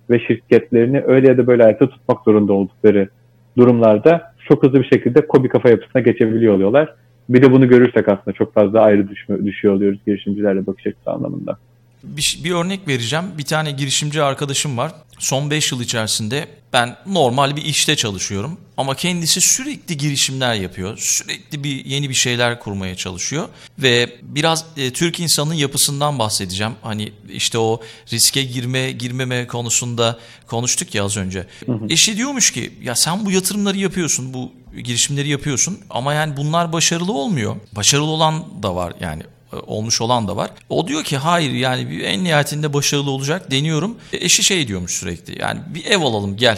ve şirketlerini öyle ya da böyle ayakta tutmak zorunda oldukları durumlarda çok hızlı bir şekilde KOBİ kafa yapısına geçebiliyor oluyorlar. Bir de bunu görürsek aslında çok fazla ayrı düşme, düşüyor oluyoruz girişimcilerle bakış açısı anlamında. Bir, bir örnek vereceğim. Bir tane girişimci arkadaşım var. Son beş yıl içerisinde ben normal bir işte çalışıyorum. Ama kendisi sürekli girişimler yapıyor. Sürekli bir yeni bir şeyler kurmaya çalışıyor. Ve biraz e, Türk insanının yapısından bahsedeceğim. Hani işte o riske girme girmeme konusunda konuştuk ya az önce. Hı hı. Eşi diyormuş ki ya sen bu yatırımları yapıyorsun, bu girişimleri yapıyorsun. Ama yani bunlar başarılı olmuyor. Başarılı olan da var yani. Olmuş olan da var. O diyor ki hayır yani en nihayetinde başarılı olacak deniyorum. Eşi şey diyormuş sürekli yani bir ev alalım gel.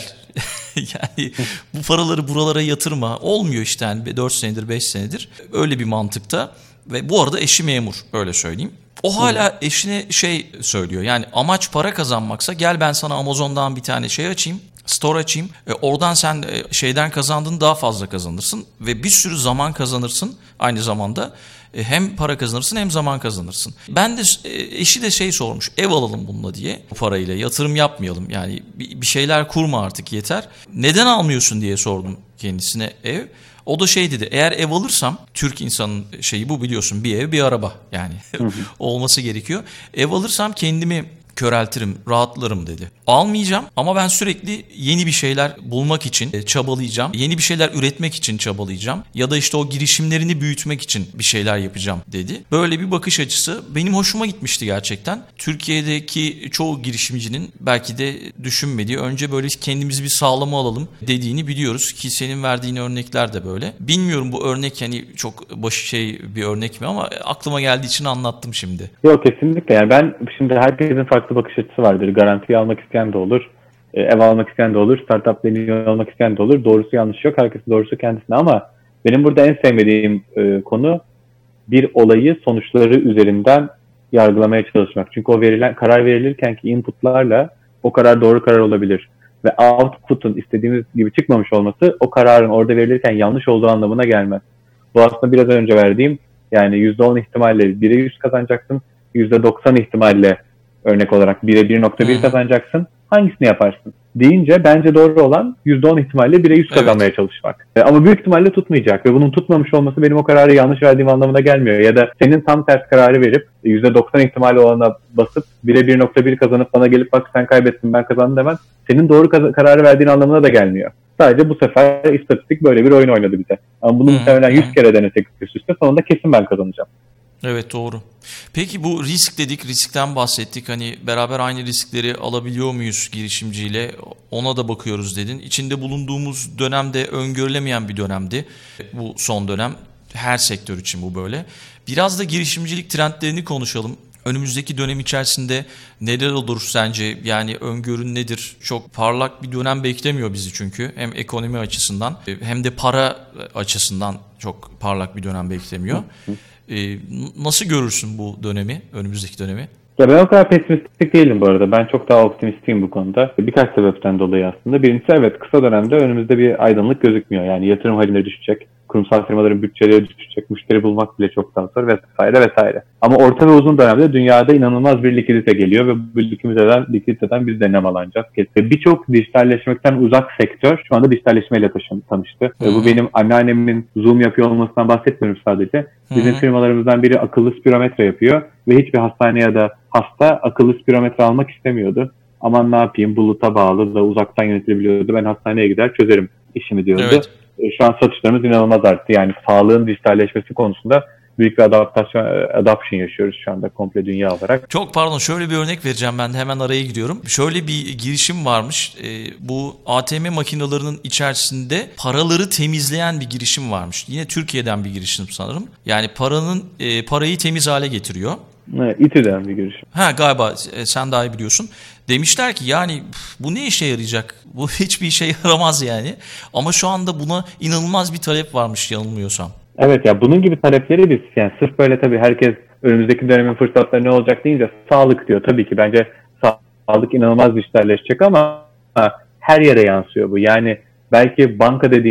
Yani bu paraları buralara yatırma. Olmuyor işte yani dört senedir beş senedir. Öyle bir mantıkta. Ve bu arada eşi memur öyle söyleyeyim. O hala eşine şey söylüyor yani amaç para kazanmaksa gel ben sana Amazon'dan bir tane şey açayım. Store açayım. E, oradan sen e, şeyden kazandığın daha fazla kazanırsın. Ve bir sürü zaman kazanırsın aynı zamanda. E, hem para kazanırsın hem zaman kazanırsın. Ben de e, eşi de şey sormuş. Ev alalım bununla diye. Bu parayla yatırım yapmayalım. Yani bir, bir şeyler kurma artık yeter. Neden almıyorsun diye sordum kendisine ev. O da şey dedi. Eğer ev alırsam Türk insanın şeyi bu biliyorsun. Bir ev bir araba yani olması gerekiyor. Ev alırsam kendimi köreltirim, rahatlarım dedi. Almayacağım ama ben sürekli yeni bir şeyler bulmak için çabalayacağım. Yeni bir şeyler üretmek için çabalayacağım. Ya da işte o girişimlerini büyütmek için bir şeyler yapacağım dedi. Böyle bir bakış açısı benim hoşuma gitmişti gerçekten. Türkiye'deki çoğu girişimcinin belki de düşünmediği, önce böyle kendimizi bir sağlama alalım dediğini biliyoruz ki senin verdiğin örnekler de böyle. Bilmiyorum bu örnek hani çok baş şey bir örnek mi ama aklıma geldiği için anlattım şimdi. Yok kesinlikle yani ben şimdi herkesin farklı bakış açısı vardır. Garantiyi almak isteyen de olur, ev almak isteyen de olur, startup deniyor olmak isteyen de olur. Doğrusu yanlış yok. Herkesin doğrusu kendisine ama benim burada en sevmediğim e, konu bir olayı sonuçları üzerinden yargılamaya çalışmak. Çünkü o verilen karar verilirken ki inputlarla o karar doğru karar olabilir. Ve output'un istediğimiz gibi çıkmamış olması o kararın orada verilirken yanlış olduğu anlamına gelmez. Bu aslında biraz önce verdiğim yani yüzde on ihtimalle bire yüz kazanacaksın, yüzde doksan ihtimalle örnek olarak bire bir nokta bir kazanacaksın. Hangisini yaparsın? Deyince bence doğru olan yüzde on ihtimalle bire yüz kazanmaya evet. çalışmak. Ama büyük ihtimalle tutmayacak ve bunun tutmamış olması benim o kararı yanlış verdiğim anlamına gelmiyor. Ya da senin tam ters kararı verip yüzde doksan ihtimalle olana basıp bire bir nokta bir kazanıp bana gelip bak sen kaybettin ben kazandım demen senin doğru kaz- kararı verdiğin anlamına da gelmiyor. Sadece bu sefer istatistik böyle bir oyun oynadı bize. Ama bunu muhtemelen yüz kere denesek üst üste sonunda kesin ben kazanacağım. Evet doğru. Peki bu risk dedik, riskten bahsettik. Hani beraber aynı riskleri alabiliyor muyuz girişimciyle? Ona da bakıyoruz dedin. İçinde bulunduğumuz dönemde öngörülemeyen bir dönemdi. Bu son dönem her sektör için bu böyle. Biraz da girişimcilik trendlerini konuşalım. Önümüzdeki dönem içerisinde neler olur sence? Yani öngörün nedir? Çok parlak bir dönem beklemiyor bizi çünkü. Hem ekonomi açısından hem de para açısından çok parlak bir dönem beklemiyor. Ee, nasıl görürsün bu dönemi, önümüzdeki dönemi? Ya ben o kadar pesimistik değilim bu arada. Ben çok daha optimistiyim bu konuda. Birkaç sebepten dolayı aslında. Birincisi evet kısa dönemde önümüzde bir aydınlık gözükmüyor. Yani yatırım hacimleri düşecek, kurumsal firmaların bütçeleri düşecek, müşteri bulmak bile çok daha zor vesaire vesaire. Ama orta ve uzun dönemde dünyada inanılmaz bir likidite geliyor ve bu likiditeden, likiditeden biz de nemalanacağız. Birçok dijitalleşmekten uzak sektör şu anda dijitalleşmeyle tanıştı. Hı-hı. Bu benim anneannemin Zoom yapıyor olmasından bahsetmiyorum sadece. Bizim Hı-hı. firmalarımızdan biri akıllı spirometre yapıyor ve hiçbir hastane ya da hasta akıllı spirometre almak istemiyordu. Aman ne yapayım buluta bağlı da uzaktan yönetilebiliyordu. Ben hastaneye gider çözerim işimi diyordu. Evet. Şu an satışlarımız inanılmaz arttı. Yani sağlığın dijitalleşmesi konusunda büyük bir adaptasyon, adoption yaşıyoruz şu anda komple dünya olarak. Çok pardon şöyle bir örnek vereceğim ben de hemen araya gidiyorum. Şöyle bir girişim varmış. E, bu A T M makinelerinin içerisinde paraları temizleyen bir girişim varmış. Yine Türkiye'den bir girişim sanırım. Yani paranın e, parayı temiz hale getiriyor. Evet, İTÜ'den bir girişim. Ha galiba e, sen daha iyi biliyorsun. Demişler ki yani bu ne işe yarayacak? Bu hiçbir işe yaramaz yani. Ama şu anda buna inanılmaz bir talep varmış yanılmıyorsam. Evet ya bunun gibi talepleri biz yani sırf böyle tabii herkes önümüzdeki dönemin fırsatları ne olacak deyince sağlık diyor. Tabii ki bence sağlık inanılmaz dijitalleşecek ama ha, her yere yansıyor bu. Yani belki banka dediğimiz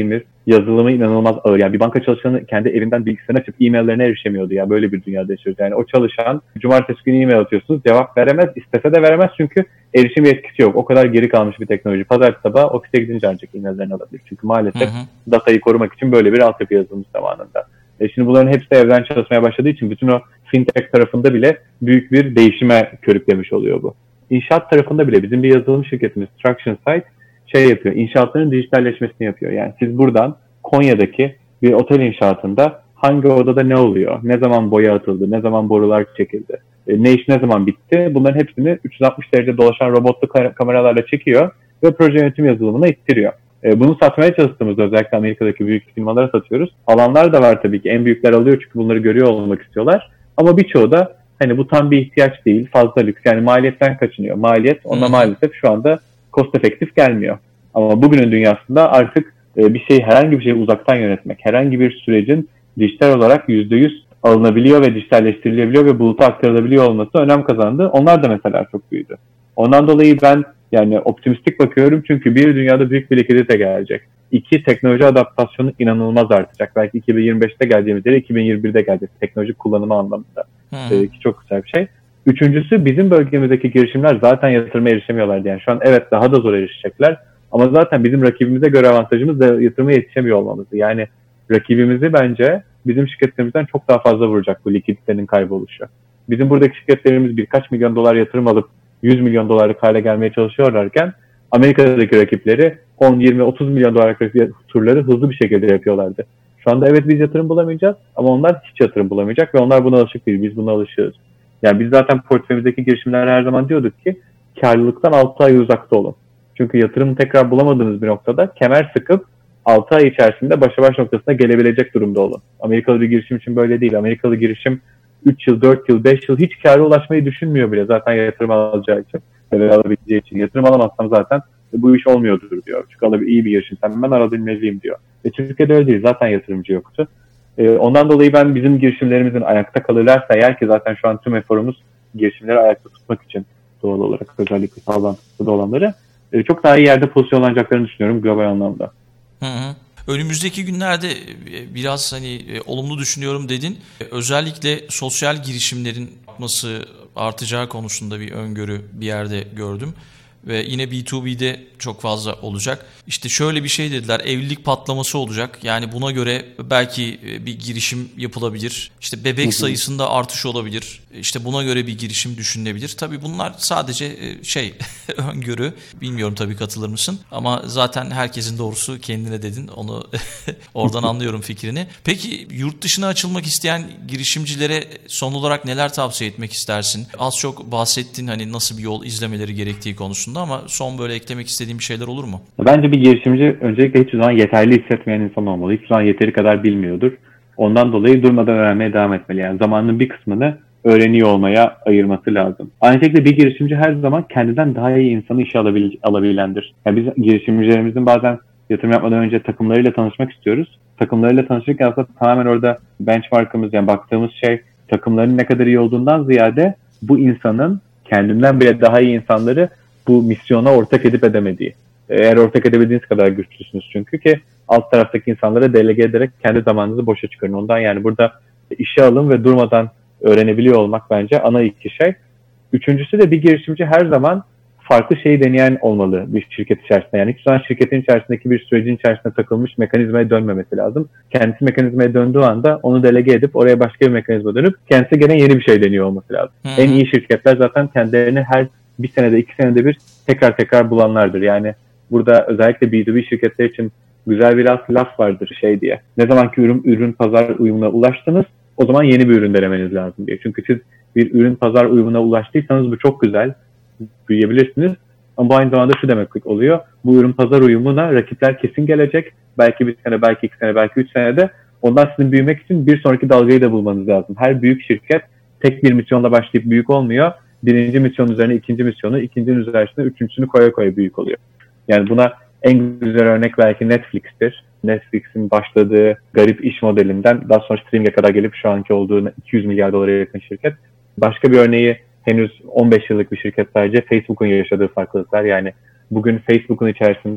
yazılımı inanılmaz ağır. Yani bir banka çalışanı kendi evinden bilgisayarını açıp e-maillerine erişemiyordu ya. Böyle bir dünyada yaşıyoruz. Yani o çalışan cumartesi günü e-mail atıyorsunuz, cevap veremez, istese de veremez çünkü erişim yetkisi yok. O kadar geri kalmış bir teknoloji. Pazar sabahı ofise gidince ancak e-maillerini alabilir. Çünkü maalesef hı hı. datayı korumak için böyle bir altyapı yazılmış zamanında. E şimdi bunların hepsi de evden çalışmaya başladığı için bütün o fintech tarafında bile büyük bir değişime körüklemiş oluyor bu. İnşaat tarafında bile bizim bir yazılım şirketimiz Traction Site şey yapıyor, inşaatların dijitalleşmesini yapıyor. Yani siz buradan Konya'daki bir otel inşaatında hangi odada ne oluyor, ne zaman boya atıldı, ne zaman borular çekildi, e, ne iş ne zaman bitti, bunların hepsini üç yüz altmış derece dolaşan robotlu kameralarla çekiyor ve proje yönetim yazılımına ittiriyor. E, bunu satmaya çalıştığımızda özellikle Amerika'daki büyük firmalara satıyoruz. Alanlar da var tabii ki, en büyükler alıyor çünkü bunları görüyor olmak istiyorlar. Ama birçoğu da hani bu tam bir ihtiyaç değil, fazla lüks, yani maliyetten kaçınıyor. Maliyet ona maalesef şu anda cost efektif gelmiyor. Ama bugünün dünyasında artık e, bir şey, herhangi bir şeyi uzaktan yönetmek, herhangi bir sürecin dijital olarak yüzde yüz alınabiliyor ve dijitalleştirilebiliyor ve buluta aktarılabiliyor olması önem kazandı. Onlar da mesela çok büyüdü. Ondan dolayı ben yani optimistik bakıyorum çünkü bir, dünyada büyük bir likidite gelecek. İki, teknoloji adaptasyonu inanılmaz artacak. Belki iki bin yirmi beşte geleceğimiz yere iki bin yirmi birde gelecek teknoloji kullanımı anlamında. Ee, ki çok güzel bir şey. Üçüncüsü, bizim bölgemizdeki girişimler zaten yatırıma erişemiyorlardı. Yani şu an evet daha da zor erişecekler. Ama zaten bizim rakibimize göre avantajımız da yatırıma yetişemiyor olmamızdı. Yani rakibimizi bence bizim şirketlerimizden çok daha fazla vuracak bu likiditenin kayboluşu. Bizim buradaki şirketlerimiz birkaç milyon dolar yatırım alıp yüz milyon dolarlık hale gelmeye çalışıyorlarken Amerika'daki rakipleri on, yirmi, otuz milyon dolarlık turları hızlı bir şekilde yapıyorlardı. Şu anda evet biz yatırım bulamayacağız ama onlar hiç yatırım bulamayacak ve onlar buna alışık değil. Biz buna alışığız. Yani biz zaten portföyümüzdeki girişimler her zaman diyorduk ki karlılıktan altı ay uzakta olun. Çünkü yatırım tekrar bulamadığınız bir noktada kemer sıkıp altı ay içerisinde başa baş noktasına gelebilecek durumda olun. Amerikalı bir girişim için böyle değil. Amerikalı girişim üç yıl, dört yıl, beş yıl hiç kâra ulaşmayı düşünmüyor bile zaten yatırım alacağı için ve alabileceği için. Yatırım alamazsam zaten bu iş olmuyordur diyor. Çünkü alabil, iyi bir girişimsem ben alabilmeliyim diyor. Ve Türkiye'de öyle değil. Zaten yatırımcı yoktu. Ee, ondan dolayı ben bizim girişimlerimizin ayakta kalırlarsa eğer, ki zaten şu an tüm eforumuz girişimleri ayakta tutmak için doğal olarak, özellikle sağlantıda olanları e, çok daha iyi yerde pozisyonlanacaklarını düşünüyorum global anlamda. Hı hı. Önümüzdeki günlerde biraz hani olumlu düşünüyorum dedin. Özellikle sosyal girişimlerin artması, artacağı konusunda bir öngörü bir yerde gördüm. Ve yine B iki B'de çok fazla olacak. İşte şöyle bir şey dediler, evlilik patlaması olacak. Yani buna göre belki bir girişim yapılabilir. İşte bebek hı hı. sayısında artış olabilir. İşte buna göre bir girişim düşünülebilir. Tabii bunlar sadece şey öngörü. Bilmiyorum tabii katılır mısın? Ama zaten herkesin doğrusu kendine dedin. Onu oradan anlıyorum fikrini. Peki yurt dışına açılmak isteyen girişimcilere son olarak neler tavsiye etmek istersin? Az çok bahsettin hani nasıl bir yol izlemeleri gerektiği konusunda. Ama son böyle eklemek istediğim bir şeyler olur mu? Bence bir girişimci öncelikle hiçbir zaman yeterli hissetmeyen insan olmalı. Hiçbir zaman yeteri kadar bilmiyordur. Ondan dolayı durmadan öğrenmeye devam etmeli. Yani zamanının bir kısmını öğreniyor olmaya ayırması lazım. Aynı şekilde bir girişimci her zaman kendinden daha iyi insanı işe alabil- alabilendir. Yani biz girişimcilerimizin bazen yatırım yapmadan önce takımlarıyla tanışmak istiyoruz. Takımlarıyla tanışırken aslında tamamen orada benchmarkımız, yani baktığımız şey takımların ne kadar iyi olduğundan ziyade bu insanın kendinden bile daha iyi insanları bu misyona ortak edip edemediği. Eğer ortak edebildiğiniz kadar güçlüsünüz çünkü ki alt taraftaki insanlara delege ederek kendi zamanınızı boşa çıkarın. Ondan yani burada işe alın ve durmadan öğrenebiliyor olmak bence ana iki şey. Üçüncüsü de bir girişimci her zaman farklı şeyi deneyen olmalı bir şirket içerisinde. Yani hiçbir zaman şirketin içerisindeki bir sürecin içerisinde takılmış mekanizmaya dönmemesi lazım. Kendisi mekanizmaya döndüğü anda onu delege edip oraya başka bir mekanizma dönüp kendisi gene yeni bir şey deniyor olması lazım. Hı-hı. En iyi şirketler zaten kendilerini her bir senede, iki senede bir tekrar tekrar bulanlardır. Yani burada özellikle B iki B şirketler için güzel bir laf vardır şey diye. Ne zamanki ürün, ürün pazar uyumuna ulaştınız, o zaman yeni bir ürün denemeniz lazım diye. Çünkü siz bir ürün pazar uyumuna ulaştıysanız bu çok güzel, büyüyebilirsiniz. Ama bu aynı zamanda şu demek oluyor. Bu ürün pazar uyumuna rakipler kesin gelecek. Belki bir sene, belki iki sene, belki üç senede. Ondan sizin büyümek için bir sonraki dalgayı da bulmanız lazım. Her büyük şirket tek bir misyonla başlayıp büyük olmuyor. Birinci misyon üzerine ikinci misyonu, ikincinin üzerine üçüncüsünü koya koya büyük oluyor. Yani buna en güzel örnek belki Netflix'tir. Netflix'in başladığı garip iş modelinden daha sonra streaming'e kadar gelip şu anki olduğu iki yüz milyar dolara yakın şirket. Başka bir örneği henüz on beş yıllık bir şirket sadece Facebook'un yaşadığı farklılıklar. Yani bugün Facebook'un içerisinden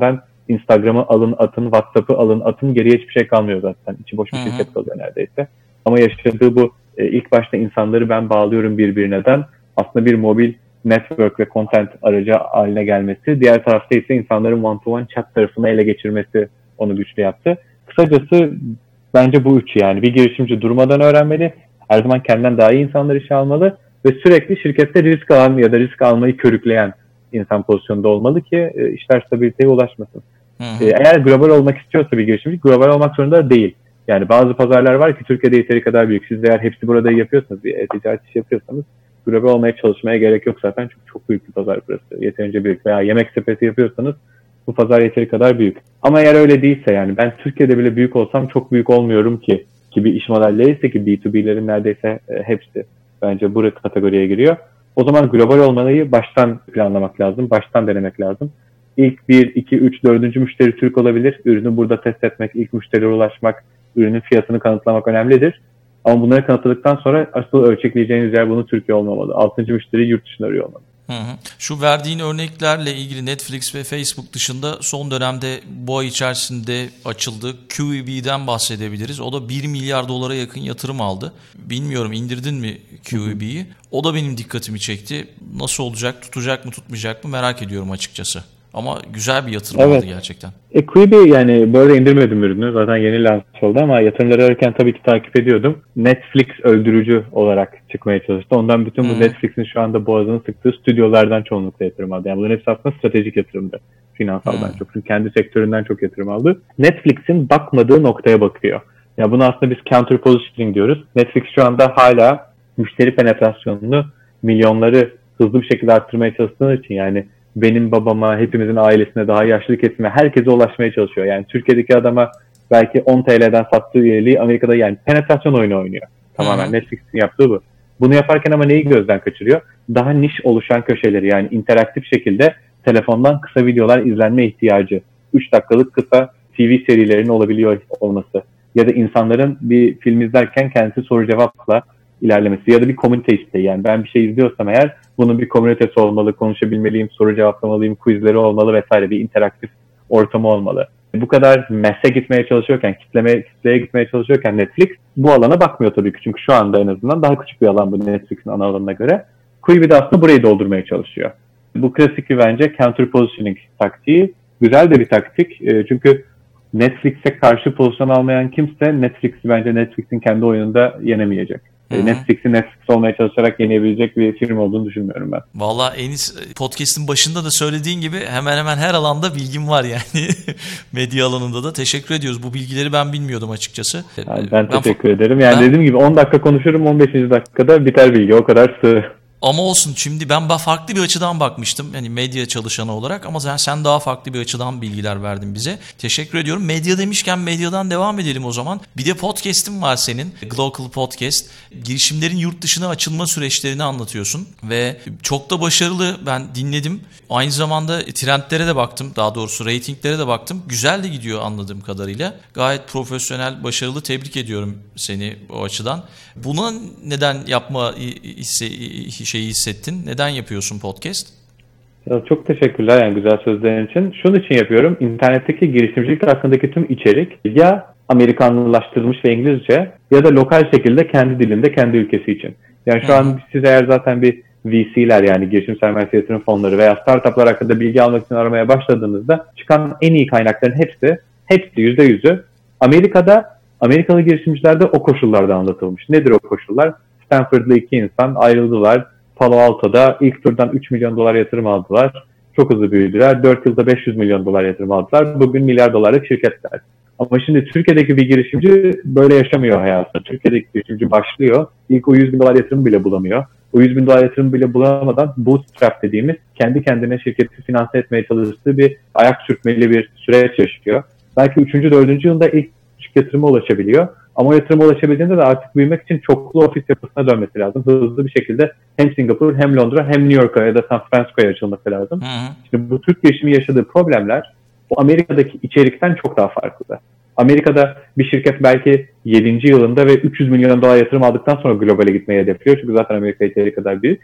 Instagram'ı alın atın, WhatsApp'ı alın atın, geriye hiçbir şey kalmıyor zaten. İçi boş bir şirket kalıyor neredeyse. Ama yaşadığı bu e, ilk başta insanları ben bağlıyorum birbirine aslında bir mobil network ve content aracı haline gelmesi. Diğer tarafta ise insanların one-to-one chat tarafını ele geçirmesi onu güçlü yaptı. Kısacası bence bu üç yani. Bir girişimci durmadan öğrenmeli, her zaman kendinden daha iyi insanlar işe almalı ve sürekli şirkette risk alan ya da risk almayı körükleyen insan pozisyonunda olmalı ki e, işler stabiliteye ulaşmasın. Hı hı. E, eğer global olmak istiyorsa bir girişimci, global olmak zorunda değil. Yani bazı pazarlar var ki Türkiye'de yeteri kadar büyük. Siz eğer hepsi burada yapıyorsanız, bir e-ticaret işi yapıyorsanız global olmaya çalışmaya gerek yok zaten. Çünkü çok büyük bir pazar burası. Yeterince büyük. Veya yemek sepeti yapıyorsanız bu pazar yeteri kadar büyük. Ama eğer öyle değilse yani ben Türkiye'de bile büyük olsam çok büyük olmuyorum ki gibi iş modelleri ise ki B iki B'lerin neredeyse e, hepsi bence bu kategoriye giriyor. O zaman global olmayı baştan planlamak lazım. Baştan denemek lazım. İlk bir, iki, üç, dördüncü müşteri Türk olabilir. Ürünü burada test etmek, ilk müşteriye ulaşmak, ürünün fiyatını kanıtlamak önemlidir. Ama bunları kanıtladıktan sonra asıl ölçekleyeceğiniz yer bunu Türkiye olmamalı. Altıncı müşteri yurt dışında arıyor olmalı. Hı hı. Şu verdiğin örneklerle ilgili Netflix ve Facebook dışında son dönemde bu ay içerisinde açıldı Q V B'den bahsedebiliriz. O da bir milyar dolara yakın yatırım aldı. Bilmiyorum indirdin mi Q V B'yi? O da benim dikkatimi çekti. Nasıl olacak, tutacak mı tutmayacak mı merak ediyorum açıkçası. Ama güzel bir yatırım evet. oldu gerçekten. E, Quibi yani böyle indirmedim ürünü. Zaten yeni launch oldu ama yatırımları ararken tabii ki takip ediyordum. Netflix öldürücü olarak çıkmaya çalıştı. Ondan bütün bu hmm. Netflix'in şu anda boğazını sıktığı stüdyolardan çoğunlukla yatırım aldı. Yani bunların hepsi aslında stratejik yatırımdı. Finansaldan hmm. çok. Çünkü kendi sektöründen çok yatırım aldı. Netflix'in bakmadığı noktaya bakıyor. Ya yani buna aslında biz counter positioning diyoruz. Netflix şu anda hala müşteri penetrasyonunu milyonları hızlı bir şekilde arttırmaya çalıştığı için yani benim babama, hepimizin ailesine, daha yaşlı kesime, herkese ulaşmaya çalışıyor. Yani Türkiye'deki adama belki on T L'den sattığı üyeliği Amerika'da yani penetrasyon oyunu oynuyor. Tamamen hmm. Netflix'in yaptığı bu. Bunu yaparken ama neyi gözden kaçırıyor? Daha niş oluşan köşeleri yani interaktif şekilde telefondan kısa videolar izlenme ihtiyacı. üç dakikalık kısa T V serilerinin olabiliyor olması. Ya da insanların bir film izlerken kendisi soru cevapla ilerlemesi ya da bir komünite isteği. Yani ben bir şey izliyorsam eğer bunun bir komünitesi olmalı, konuşabilmeliyim, soru cevaplamalıyım, quizleri olmalı vesaire, bir interaktif ortamı olmalı. Bu kadar messe gitmeye çalışıyorken, kitleme, kitleye gitmeye çalışıyorken Netflix bu alana bakmıyor tabii ki. Çünkü şu anda en azından daha küçük bir alan bu Netflix'in ana alanına göre. Quibi de aslında burayı doldurmaya çalışıyor. Bu klasik bir bence counter positioning taktiği. Güzel de bir taktik. Çünkü Netflix'e karşı pozisyon almayan kimse Netflix'i bence Netflix'in kendi oyununda yenemeyecek. Hı-hı. Netflix'i Netflix olmaya çalışarak yenebilecek bir firma olduğunu düşünmüyorum ben. Vallahi Enis podcast'ın başında da söylediğin gibi hemen hemen her alanda bilgim var yani. Medya alanında da. Teşekkür ediyoruz. Bu bilgileri ben bilmiyordum açıkçası. Yani ben, ben teşekkür fa- ederim. Yani ben... dediğim gibi on dakika konuşurum, on beşinci dakikada biter bilgi. O kadar sığ. Ama olsun, şimdi ben farklı bir açıdan bakmıştım. Yani medya çalışanı olarak, ama sen daha farklı bir açıdan bilgiler verdin bize. Teşekkür ediyorum. Medya demişken medyadan devam edelim o zaman. Bir de podcast'in var senin. Global Podcast. Girişimlerin yurt dışına açılma süreçlerini anlatıyorsun. Ve çok da başarılı, ben dinledim. Aynı zamanda trendlere de baktım. Daha doğrusu reytinglere de baktım. Güzel de gidiyor anladığım kadarıyla. Gayet profesyonel, başarılı. Tebrik ediyorum seni o açıdan. Buna neden yapma hisse şeyi hissettin? Neden yapıyorsun podcast? Çok teşekkürler yani güzel sözlerin için. Şunun için yapıyorum. İnternetteki girişimcilik hakkındaki tüm içerik ya Amerikanlılaştırılmış ve İngilizce ya da lokal şekilde kendi dilinde, kendi ülkesi için. Yani şu Hı-hı. an siz eğer zaten bir V C'ler yani girişim sermayesi yatırım fonları veya startuplar hakkında bilgi almak için aramaya başladığınızda çıkan en iyi kaynakların hepsi, hepsi yüzde yüzü Amerika'da, Amerikalı girişimcilerde o koşullarda anlatılmış. Nedir o koşullar? Stanford'lı iki insan ayrıldılar. Palo Alto'da ilk turdan üç milyon dolar yatırım aldılar. Çok hızlı büyüdüler. dört yılda beş yüz milyon dolar yatırım aldılar. Bugün milyar dolarlık şirketler. Ama şimdi Türkiye'deki bir girişimci böyle yaşamıyor hayatını. Türkiye'deki girişimci başlıyor. İlk o yüz bin dolar yatırım bile bulamıyor. O yüz bin dolar yatırım bile bulamadan bootstrap dediğimiz kendi kendine şirketi finanse etmeye çalıştığı bir ayak sürtmeli bir süreç yaşıyor. Belki üçüncü dördüncü yılda ilk küçük yatırıma ulaşabiliyor. Ama o yatırıma ulaşabildiğinde de artık büyümek için çoklu ofis yapısına dönmesi lazım. Hızlı bir şekilde hem Singapur hem Londra hem New York'a ya da San Francisco'ya açılması lazım. Hı hı. Şimdi bu Türk girişimi yaşadığı problemler o Amerika'daki içerikten çok daha farklı. Amerika'da bir şirket belki yedinci yılında ve üç yüz milyon dolar yatırım aldıktan sonra globale gitmeyi hedefliyor. Çünkü zaten Amerika yeteri kadar büyük.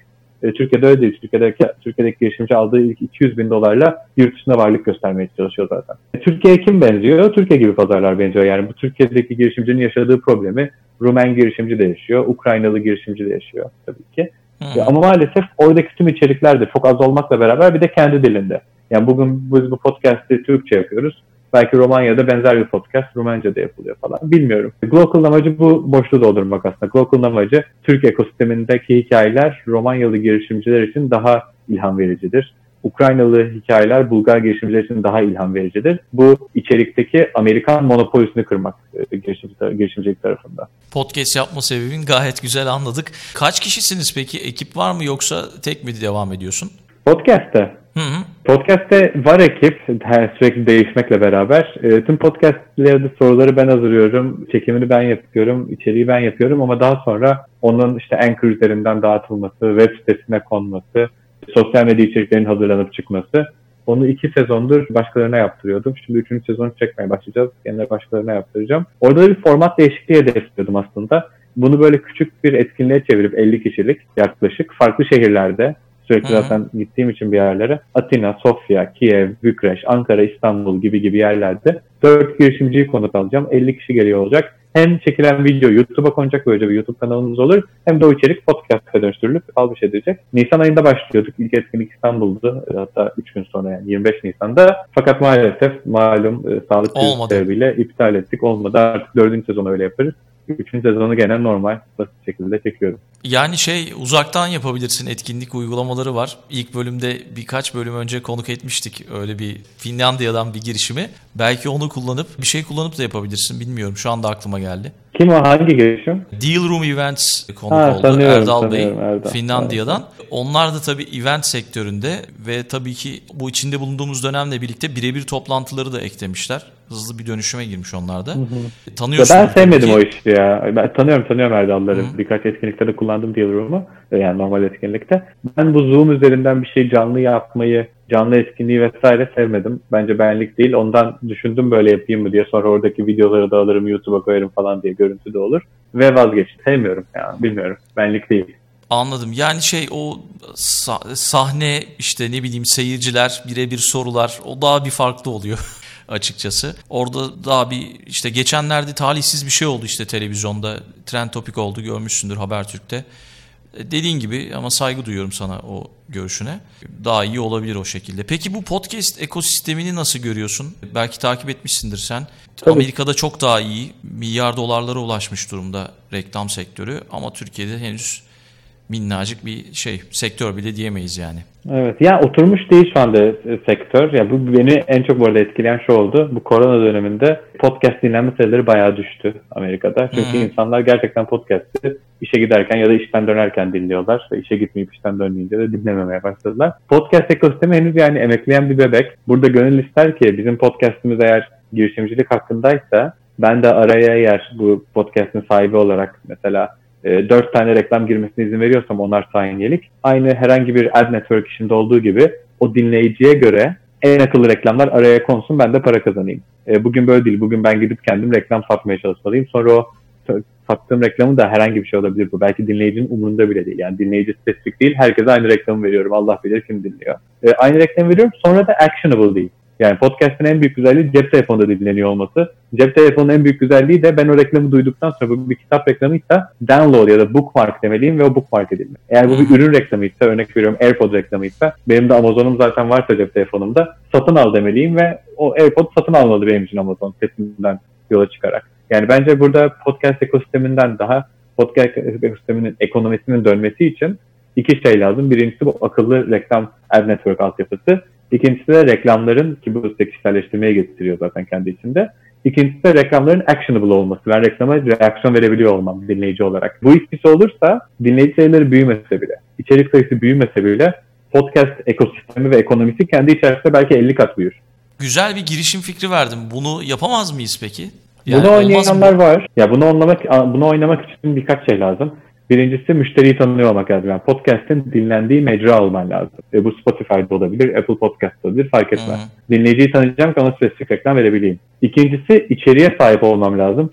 E, Türkiye'de öyle değil. Türkiye'deki, Türkiye'deki girişimci aldığı ilk iki yüz bin dolarla yurt dışında varlık göstermeye çalışıyor zaten. E, Türkiye'ye kim benziyor? Türkiye gibi pazarlar benziyor. Yani bu Türkiye'deki girişimcinin yaşadığı problemi Rumen girişimci de yaşıyor, Ukraynalı girişimci de yaşıyor tabii ki. E, ama maalesef oradaki tüm içerikler de çok az olmakla beraber bir de kendi dilinde. Yani bugün biz bu podcast'i Türkçe yapıyoruz. Belki Romanya'da benzer bir podcast Rumenca'da yapılıyor falan. Bilmiyorum. Glocal'ın amacı bu boşluğu doldurmak aslında. Glocal'ın amacı Türk ekosistemindeki hikayeler Romanyalı girişimciler için daha ilham vericidir. Ukraynalı hikayeler Bulgar girişimciler için daha ilham vericidir. Bu içerikteki Amerikan monopolisini kırmak girişimci, girişimcilik tarafında. Podcast yapma sebebin gayet güzel anladık. Kaç kişisiniz peki? Ekip var mı yoksa tek mi devam ediyorsun? Podcast'te. Hı hı. Podcast'te var ekip, sürekli değişmekle beraber. E, tüm podcastlerde soruları ben hazırlıyorum, çekimini ben yapıyorum, içeriği ben yapıyorum ama daha sonra onun işte Anchor üzerinden dağıtılması, web sitesine konması, sosyal medya içeriklerinin hazırlanıp çıkması. Onu iki sezondur başkalarına yaptırıyordum. Şimdi üçüncü sezonu çekmeye başlayacağız. Yine başkalarına yaptıracağım. Orada bir format değişikliği hedefliyordum aslında. Bunu böyle küçük bir etkinliğe çevirip elli kişilik yaklaşık farklı şehirlerde sürekli Hı-hı. zaten gittiğim için bir yerlere Atina, Sofya, Kiev, Bükreş, Ankara, İstanbul gibi gibi yerlerde dört girişimciyi konuk alacağım. elli kişi geliyor olacak. Hem çekilen video YouTube'a konacak, böylece bir YouTube kanalımız olur. Hem de o içerik podcast'a dönüştürülüp almış edilecek. Nisan ayında başlıyorduk. İlk etkinlik İstanbul'du. Hatta üç gün sonra yani yirmi beş Nisan'da. Fakat maalesef malum e, sağlık krizi sebebiyle iptal ettik. Olmadı. Artık dördüncü sezonu öyle yaparız. Üçüncü sezonu gene normal, basit şekilde çekiyorum. Yani şey uzaktan yapabilirsin, etkinlik uygulamaları var. İlk bölümde birkaç bölüm önce konuk etmiştik öyle bir Finlandiya'dan bir girişimi. Belki onu kullanıp bir şey kullanıp da yapabilirsin, bilmiyorum, şu anda aklıma geldi. Kim o, hangi girişim? Deal Room Events konuk ha, oldu Erdal Bey Erdal. Finlandiya'dan. Evet. Onlar da tabii event sektöründe ve tabii ki bu içinde bulunduğumuz dönemle birlikte birebir toplantıları da eklemişler. Hızlı bir dönüşüme girmiş onlar da. Hı hı. Tanıyorsun. Ya ben sevmedim ki o işi ya. Ben tanıyorum tanıyorum Erdal'ları. Hı. Birkaç etkinlikte de kullandım Deal Room'u. Yani normal etkinlikte. Ben bu Zoom üzerinden bir şey canlı yapmayı, canlı etkinliği vesaire sevmedim. Bence benlik değil. Ondan düşündüm böyle yapayım mı diye. Sonra oradaki videoları da alırım, YouTube'a koyarım falan diye, görüntü de olur. Ve vazgeçtim. Sevmiyorum yani, bilmiyorum. Benlik değil. Anladım. Yani şey o sah- sahne işte ne bileyim seyirciler, birebir sorular, o daha bir farklı oluyor açıkçası. Orada daha bir işte geçenlerde talihsiz bir şey oldu işte televizyonda. Trend topik oldu, görmüşsündür Habertürk'te. Dediğin gibi ama saygı duyuyorum sana o görüşüne. Daha iyi olabilir o şekilde. Peki bu podcast ekosistemini nasıl görüyorsun? Belki takip etmişsindir sen. Tabii. Amerika'da çok daha iyi. Milyar dolarlara ulaşmış durumda reklam sektörü. Ama Türkiye'de henüz minnacık bir şey, sektör bile diyemeyiz yani. Evet, ya oturmuş değil şu anda sektör. Ya bu beni en çok bu arada etkileyen şu oldu. Bu korona döneminde podcast dinlenme sayıları bayağı düştü Amerika'da. Çünkü Hı-hı. insanlar gerçekten podcast'i işe giderken ya da işten dönerken dinliyorlar. Ve işe gitmeyip işten dönmeyince de dinlememeye başladılar. Podcast ekosistemi henüz yani emekleyen bir bebek. Burada gönül ister ki bizim podcast'imiz eğer girişimcilik hakkındaysa ben de araya eğer bu podcast'in sahibi olarak mesela dört tane reklam girmesine izin veriyorsam onar saniyelik, aynı herhangi bir ad network işinde olduğu gibi o dinleyiciye göre en akıllı reklamlar araya konsun, ben de para kazanayım. E, bugün böyle değil. Bugün ben gidip kendim reklam satmaya çalışmalıyım. Sonra o sattığım reklamı da herhangi bir şey olabilir bu. Belki dinleyicinin umurunda bile değil. Yani dinleyici spesifik değil. Herkese aynı reklamı veriyorum. Allah bilir kim dinliyor. E, aynı reklamı veriyorum. Sonra da actionable değil. Yani podcast'ın en büyük güzelliği cep telefonunda dinleniyor olması. Cep telefonunun en büyük güzelliği de ben o reklamı duyduktan sonra bu bir kitap reklamıysa download ya da bookmark demeliyim ve o bookmark edilmeli. Eğer bu bir ürün reklamıysa, örnek veriyorum AirPod reklamıysa, benim de Amazon'um zaten varsa cep telefonumda satın al demeliyim ve o AirPod satın almalı benim için Amazon sesinden yola çıkarak. Yani bence burada podcast ekosisteminden daha podcast ekosisteminin ekonomisinin dönmesi için iki şey lazım. Birincisi bu akıllı reklam ad network altyapısı. İkincisi de reklamların, ki bu size kişiselleştirmeye getiriyor zaten kendi içinde. İkincisi de reklamların actionable olması. Ben reklama reaksiyon verebiliyor olmam dinleyici olarak. Bu ikisi olursa dinleyici sayıları büyümese bile, içerik sayısı büyümese bile podcast ekosistemi ve ekonomisi kendi içerisinde belki elli kat büyür. Güzel bir girişim fikri verdim. Bunu yapamaz mıyız peki? Yani bunu oynayanlar var. Ya bunu oynamak, bunu oynamak için birkaç şey lazım. Birincisi müşteriyi tanıyor olmak lazım. Yani podcast'in dinlendiği mecra olman lazım. E bu Spotify'da olabilir, Apple Podcast'ta olabilir, fark etmez. Hı-hı. Dinleyiciyi tanıyacağım ki ona spesifik reklam verebileyim. İkincisi içeriğe sahip olmam lazım ki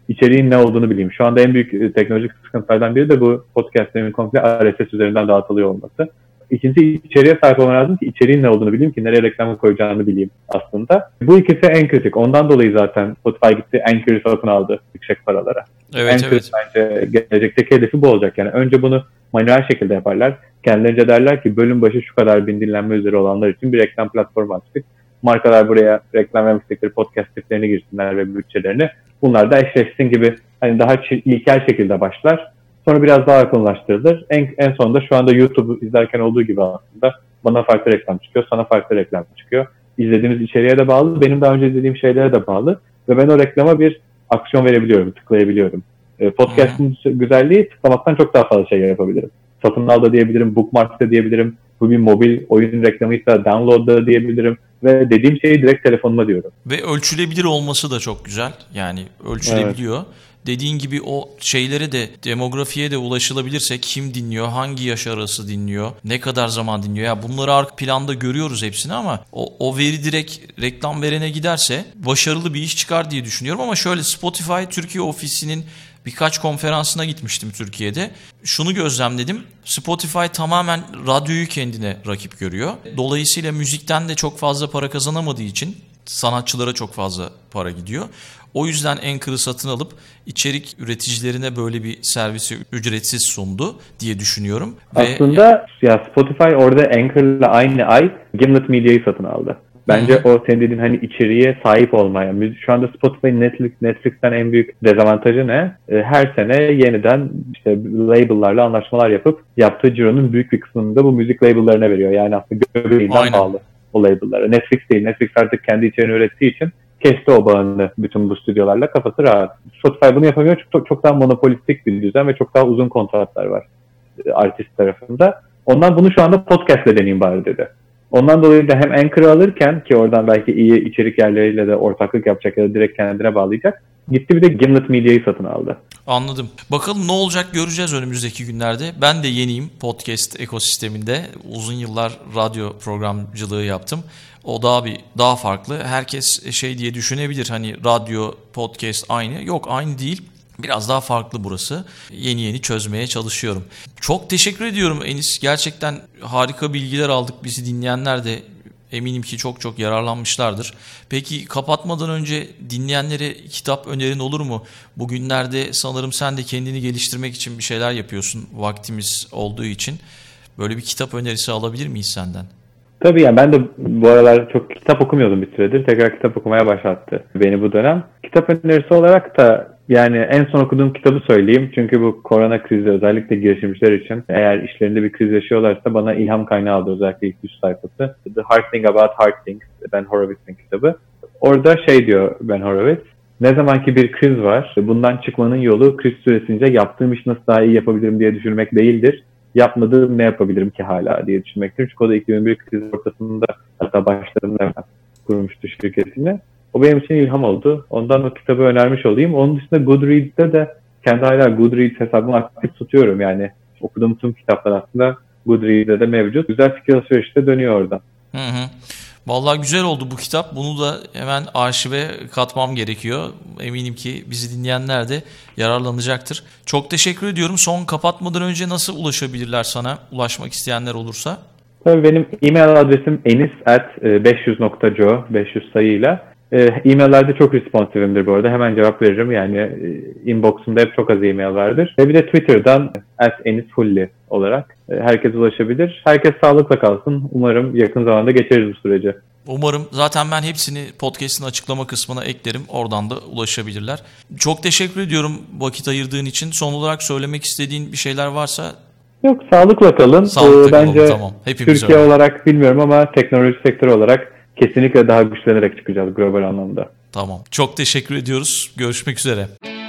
içeriğin ne olduğunu bileyim. Şu anda en büyük e, teknolojik sıkıntılardan biri de bu podcastlerin komple R S S üzerinden dağıtılıyor olması. İkincisi içeriğe sahip olmam lazım ki içeriğin ne olduğunu bileyim ki nereye reklamı koyacağını bileyim aslında. Bu ikisi en kritik. Ondan dolayı zaten Spotify gitti Anchor'ı satın aldı yüksek paralara. Evet, Anchor evet. bence gelecekteki hedefi bu olacak. Yani önce bunu manuel şekilde yaparlar. Kendilerince derler ki bölüm başı şu kadar bin dinlenme üzere olanlar için bir reklam platformu açtık. Markalar buraya reklam vermek istedikleri podcast tiplerini girsinler ve bütçelerini. Bunlar da eşleşsin gibi hani daha ilkel şekilde başlar. Sonra biraz daha akıllaştırılır. En, en sonunda şu anda YouTube'u izlerken olduğu gibi aslında bana farklı reklam çıkıyor, sana farklı reklam çıkıyor. İzlediğimiz içeriğe de bağlı, benim daha önce izlediğim şeylere de bağlı. Ve ben o reklama bir aksiyon verebiliyorum, tıklayabiliyorum. Podcast'ın hmm. güzelliği tıklamaktan çok daha fazla şey yapabilirim. Satın al da diyebilirim, bookmark da diyebilirim. Bu bir mobil oyun reklamıysa download da diyebilirim. Ve dediğim şeyi direkt telefonuma diyorum. Ve ölçülebilir olması da çok güzel. Yani ölçülebiliyor. Evet. Dediğin gibi o şeylere de, demografiye de ulaşılabilirse kim dinliyor, hangi yaş arası dinliyor, ne kadar zaman dinliyor. Ya bunları arka planda görüyoruz hepsini ama o, o veri direkt reklam verene giderse başarılı bir iş çıkar diye düşünüyorum. Ama şöyle, Spotify Türkiye ofisinin birkaç konferansına gitmiştim Türkiye'de. Şunu gözlemledim. Spotify tamamen radyoyu kendine rakip görüyor. Dolayısıyla müzikten de çok fazla para kazanamadığı için sanatçılara çok fazla para gidiyor. O yüzden Anchor'ı satın alıp içerik üreticilerine böyle bir servisi ücretsiz sundu diye düşünüyorum. Aslında Ve... ya Spotify orada Anchor'la aynı ay Gimlet Media'yı satın aldı. Bence Hı-hı. o senin dediğin hani içeriğe sahip olmaya. Şu anda Spotify'ın Netflix, Netflix'ten en büyük dezavantajı ne? Her sene yeniden işte label'larla anlaşmalar yapıp yaptığı cironun büyük bir kısmını da bu müzik label'larına veriyor. Yani aslında göbeğinden bağlı o label'lara. Netflix değil. Netflix artık kendi içeriğini ürettiği için kesti o bağını bütün bu stüdyolarla, kafası rahat. Spotify bunu yapamıyor çünkü çok, çok daha monopolistik bir düzen ve çok daha uzun kontratlar var artist tarafında. Ondan bunu şu anda podcast'le deneyim bari dedi. Ondan dolayı da hem Anchor'ı alırken ki oradan belki iyi içerik yerleriyle de ortaklık yapacak ya da direkt kendine bağlayacak. Gitti bir de Gimlet Media'yı satın aldı. Anladım. Bakalım ne olacak göreceğiz önümüzdeki günlerde. Ben de yeniyim podcast ekosisteminde. Uzun yıllar radyo programcılığı yaptım. O daha bir daha farklı. Herkes şey diye düşünebilir. Hani radyo, podcast aynı. Yok, aynı değil. Biraz daha farklı burası. Yeni yeni çözmeye çalışıyorum. Çok teşekkür ediyorum Enis. Gerçekten harika bilgiler aldık. Bizi dinleyenler de eminim ki çok çok yararlanmışlardır. Peki kapatmadan önce dinleyenlere kitap önerin olur mu? Bugünlerde sanırım sen de kendini geliştirmek için bir şeyler yapıyorsun. Vaktimiz olduğu için. Böyle bir kitap önerisi alabilir miyiz senden? Tabii yani ben de bu aralar çok kitap okumuyordum bir süredir. Tekrar kitap okumaya başlattı beni bu dönem. Kitap önerisi olarak da yani en son okuduğum kitabı söyleyeyim. Çünkü bu korona krizi özellikle girişimciler için eğer işlerinde bir kriz yaşıyorlarsa bana ilham kaynağı oldu. Özellikle ilk yüz sayfası. The Hard Thing About Hard Things, Ben Horowitz'in kitabı. Orada şey diyor Ben Horowitz. Ne zamanki bir kriz var, bundan çıkmanın yolu kriz süresince yaptığım işi nasıl daha iyi yapabilirim diye düşünmek değildir. Yapmadığım ne yapabilirim ki hala diye düşünmektir. Çünkü o da iki bin bir kriz ortasında hatta başlarında hemen kurmuştu şirketini. O benim için ilham oldu. Ondan o kitabı önermiş olayım. Onun dışında Goodreads'te de kendi hala Goodreads hesabımı aktif tutuyorum. Yani okuduğum tüm kitaplar aslında Goodreads'te de mevcut. Güzel fikir alışverişi de dönüyor orada. Hı hı. Vallahi güzel oldu bu kitap. Bunu da hemen arşive katmam gerekiyor. Eminim ki bizi dinleyenler de yararlanacaktır. Çok teşekkür ediyorum. Son kapatmadan önce nasıl ulaşabilirler sana? Ulaşmak isteyenler olursa. Tabii benim e-mail adresim enis at beş yüz nokta co beş yüz sayıyla. E-maillerde çok responsifimdir bu arada. Hemen cevap veririm. Yani inbox'umda hep çok az e-mail vardır. Ve bir de Twitter'dan at enisfulli olarak herkes ulaşabilir. Herkes sağlıkla kalsın. Umarım yakın zamanda geçeriz bu süreci. Umarım. Zaten ben hepsini podcast'ın açıklama kısmına eklerim. Oradan da ulaşabilirler. Çok teşekkür ediyorum vakit ayırdığın için. Son olarak söylemek istediğin bir şeyler varsa... Yok, sağlıkla kalın. Sağlıkla ee, Bence kalın, tamam. Hepimiz Türkiye öyle. olarak bilmiyorum ama teknoloji sektörü olarak kesinlikle daha güçlenerek çıkacağız global anlamda. Tamam. Çok teşekkür ediyoruz. Görüşmek üzere.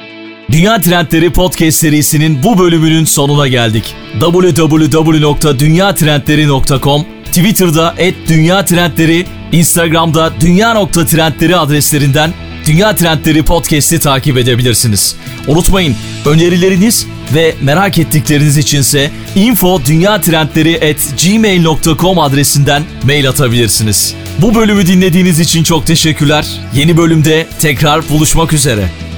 Dünya Trendleri Podcast serisinin bu bölümünün sonuna geldik. double-u double-u double-u nokta dünya trendleri nokta com, Twitter'da et dünya trendleri, Instagram'da dünya nokta trendleri adreslerinden Dünya Trendleri Podcast'i takip edebilirsiniz. Unutmayın, önerileriniz ve merak ettikleriniz içinse info dünya trendleri at gmail nokta com adresinden mail atabilirsiniz. Bu bölümü dinlediğiniz için çok teşekkürler. Yeni bölümde tekrar buluşmak üzere.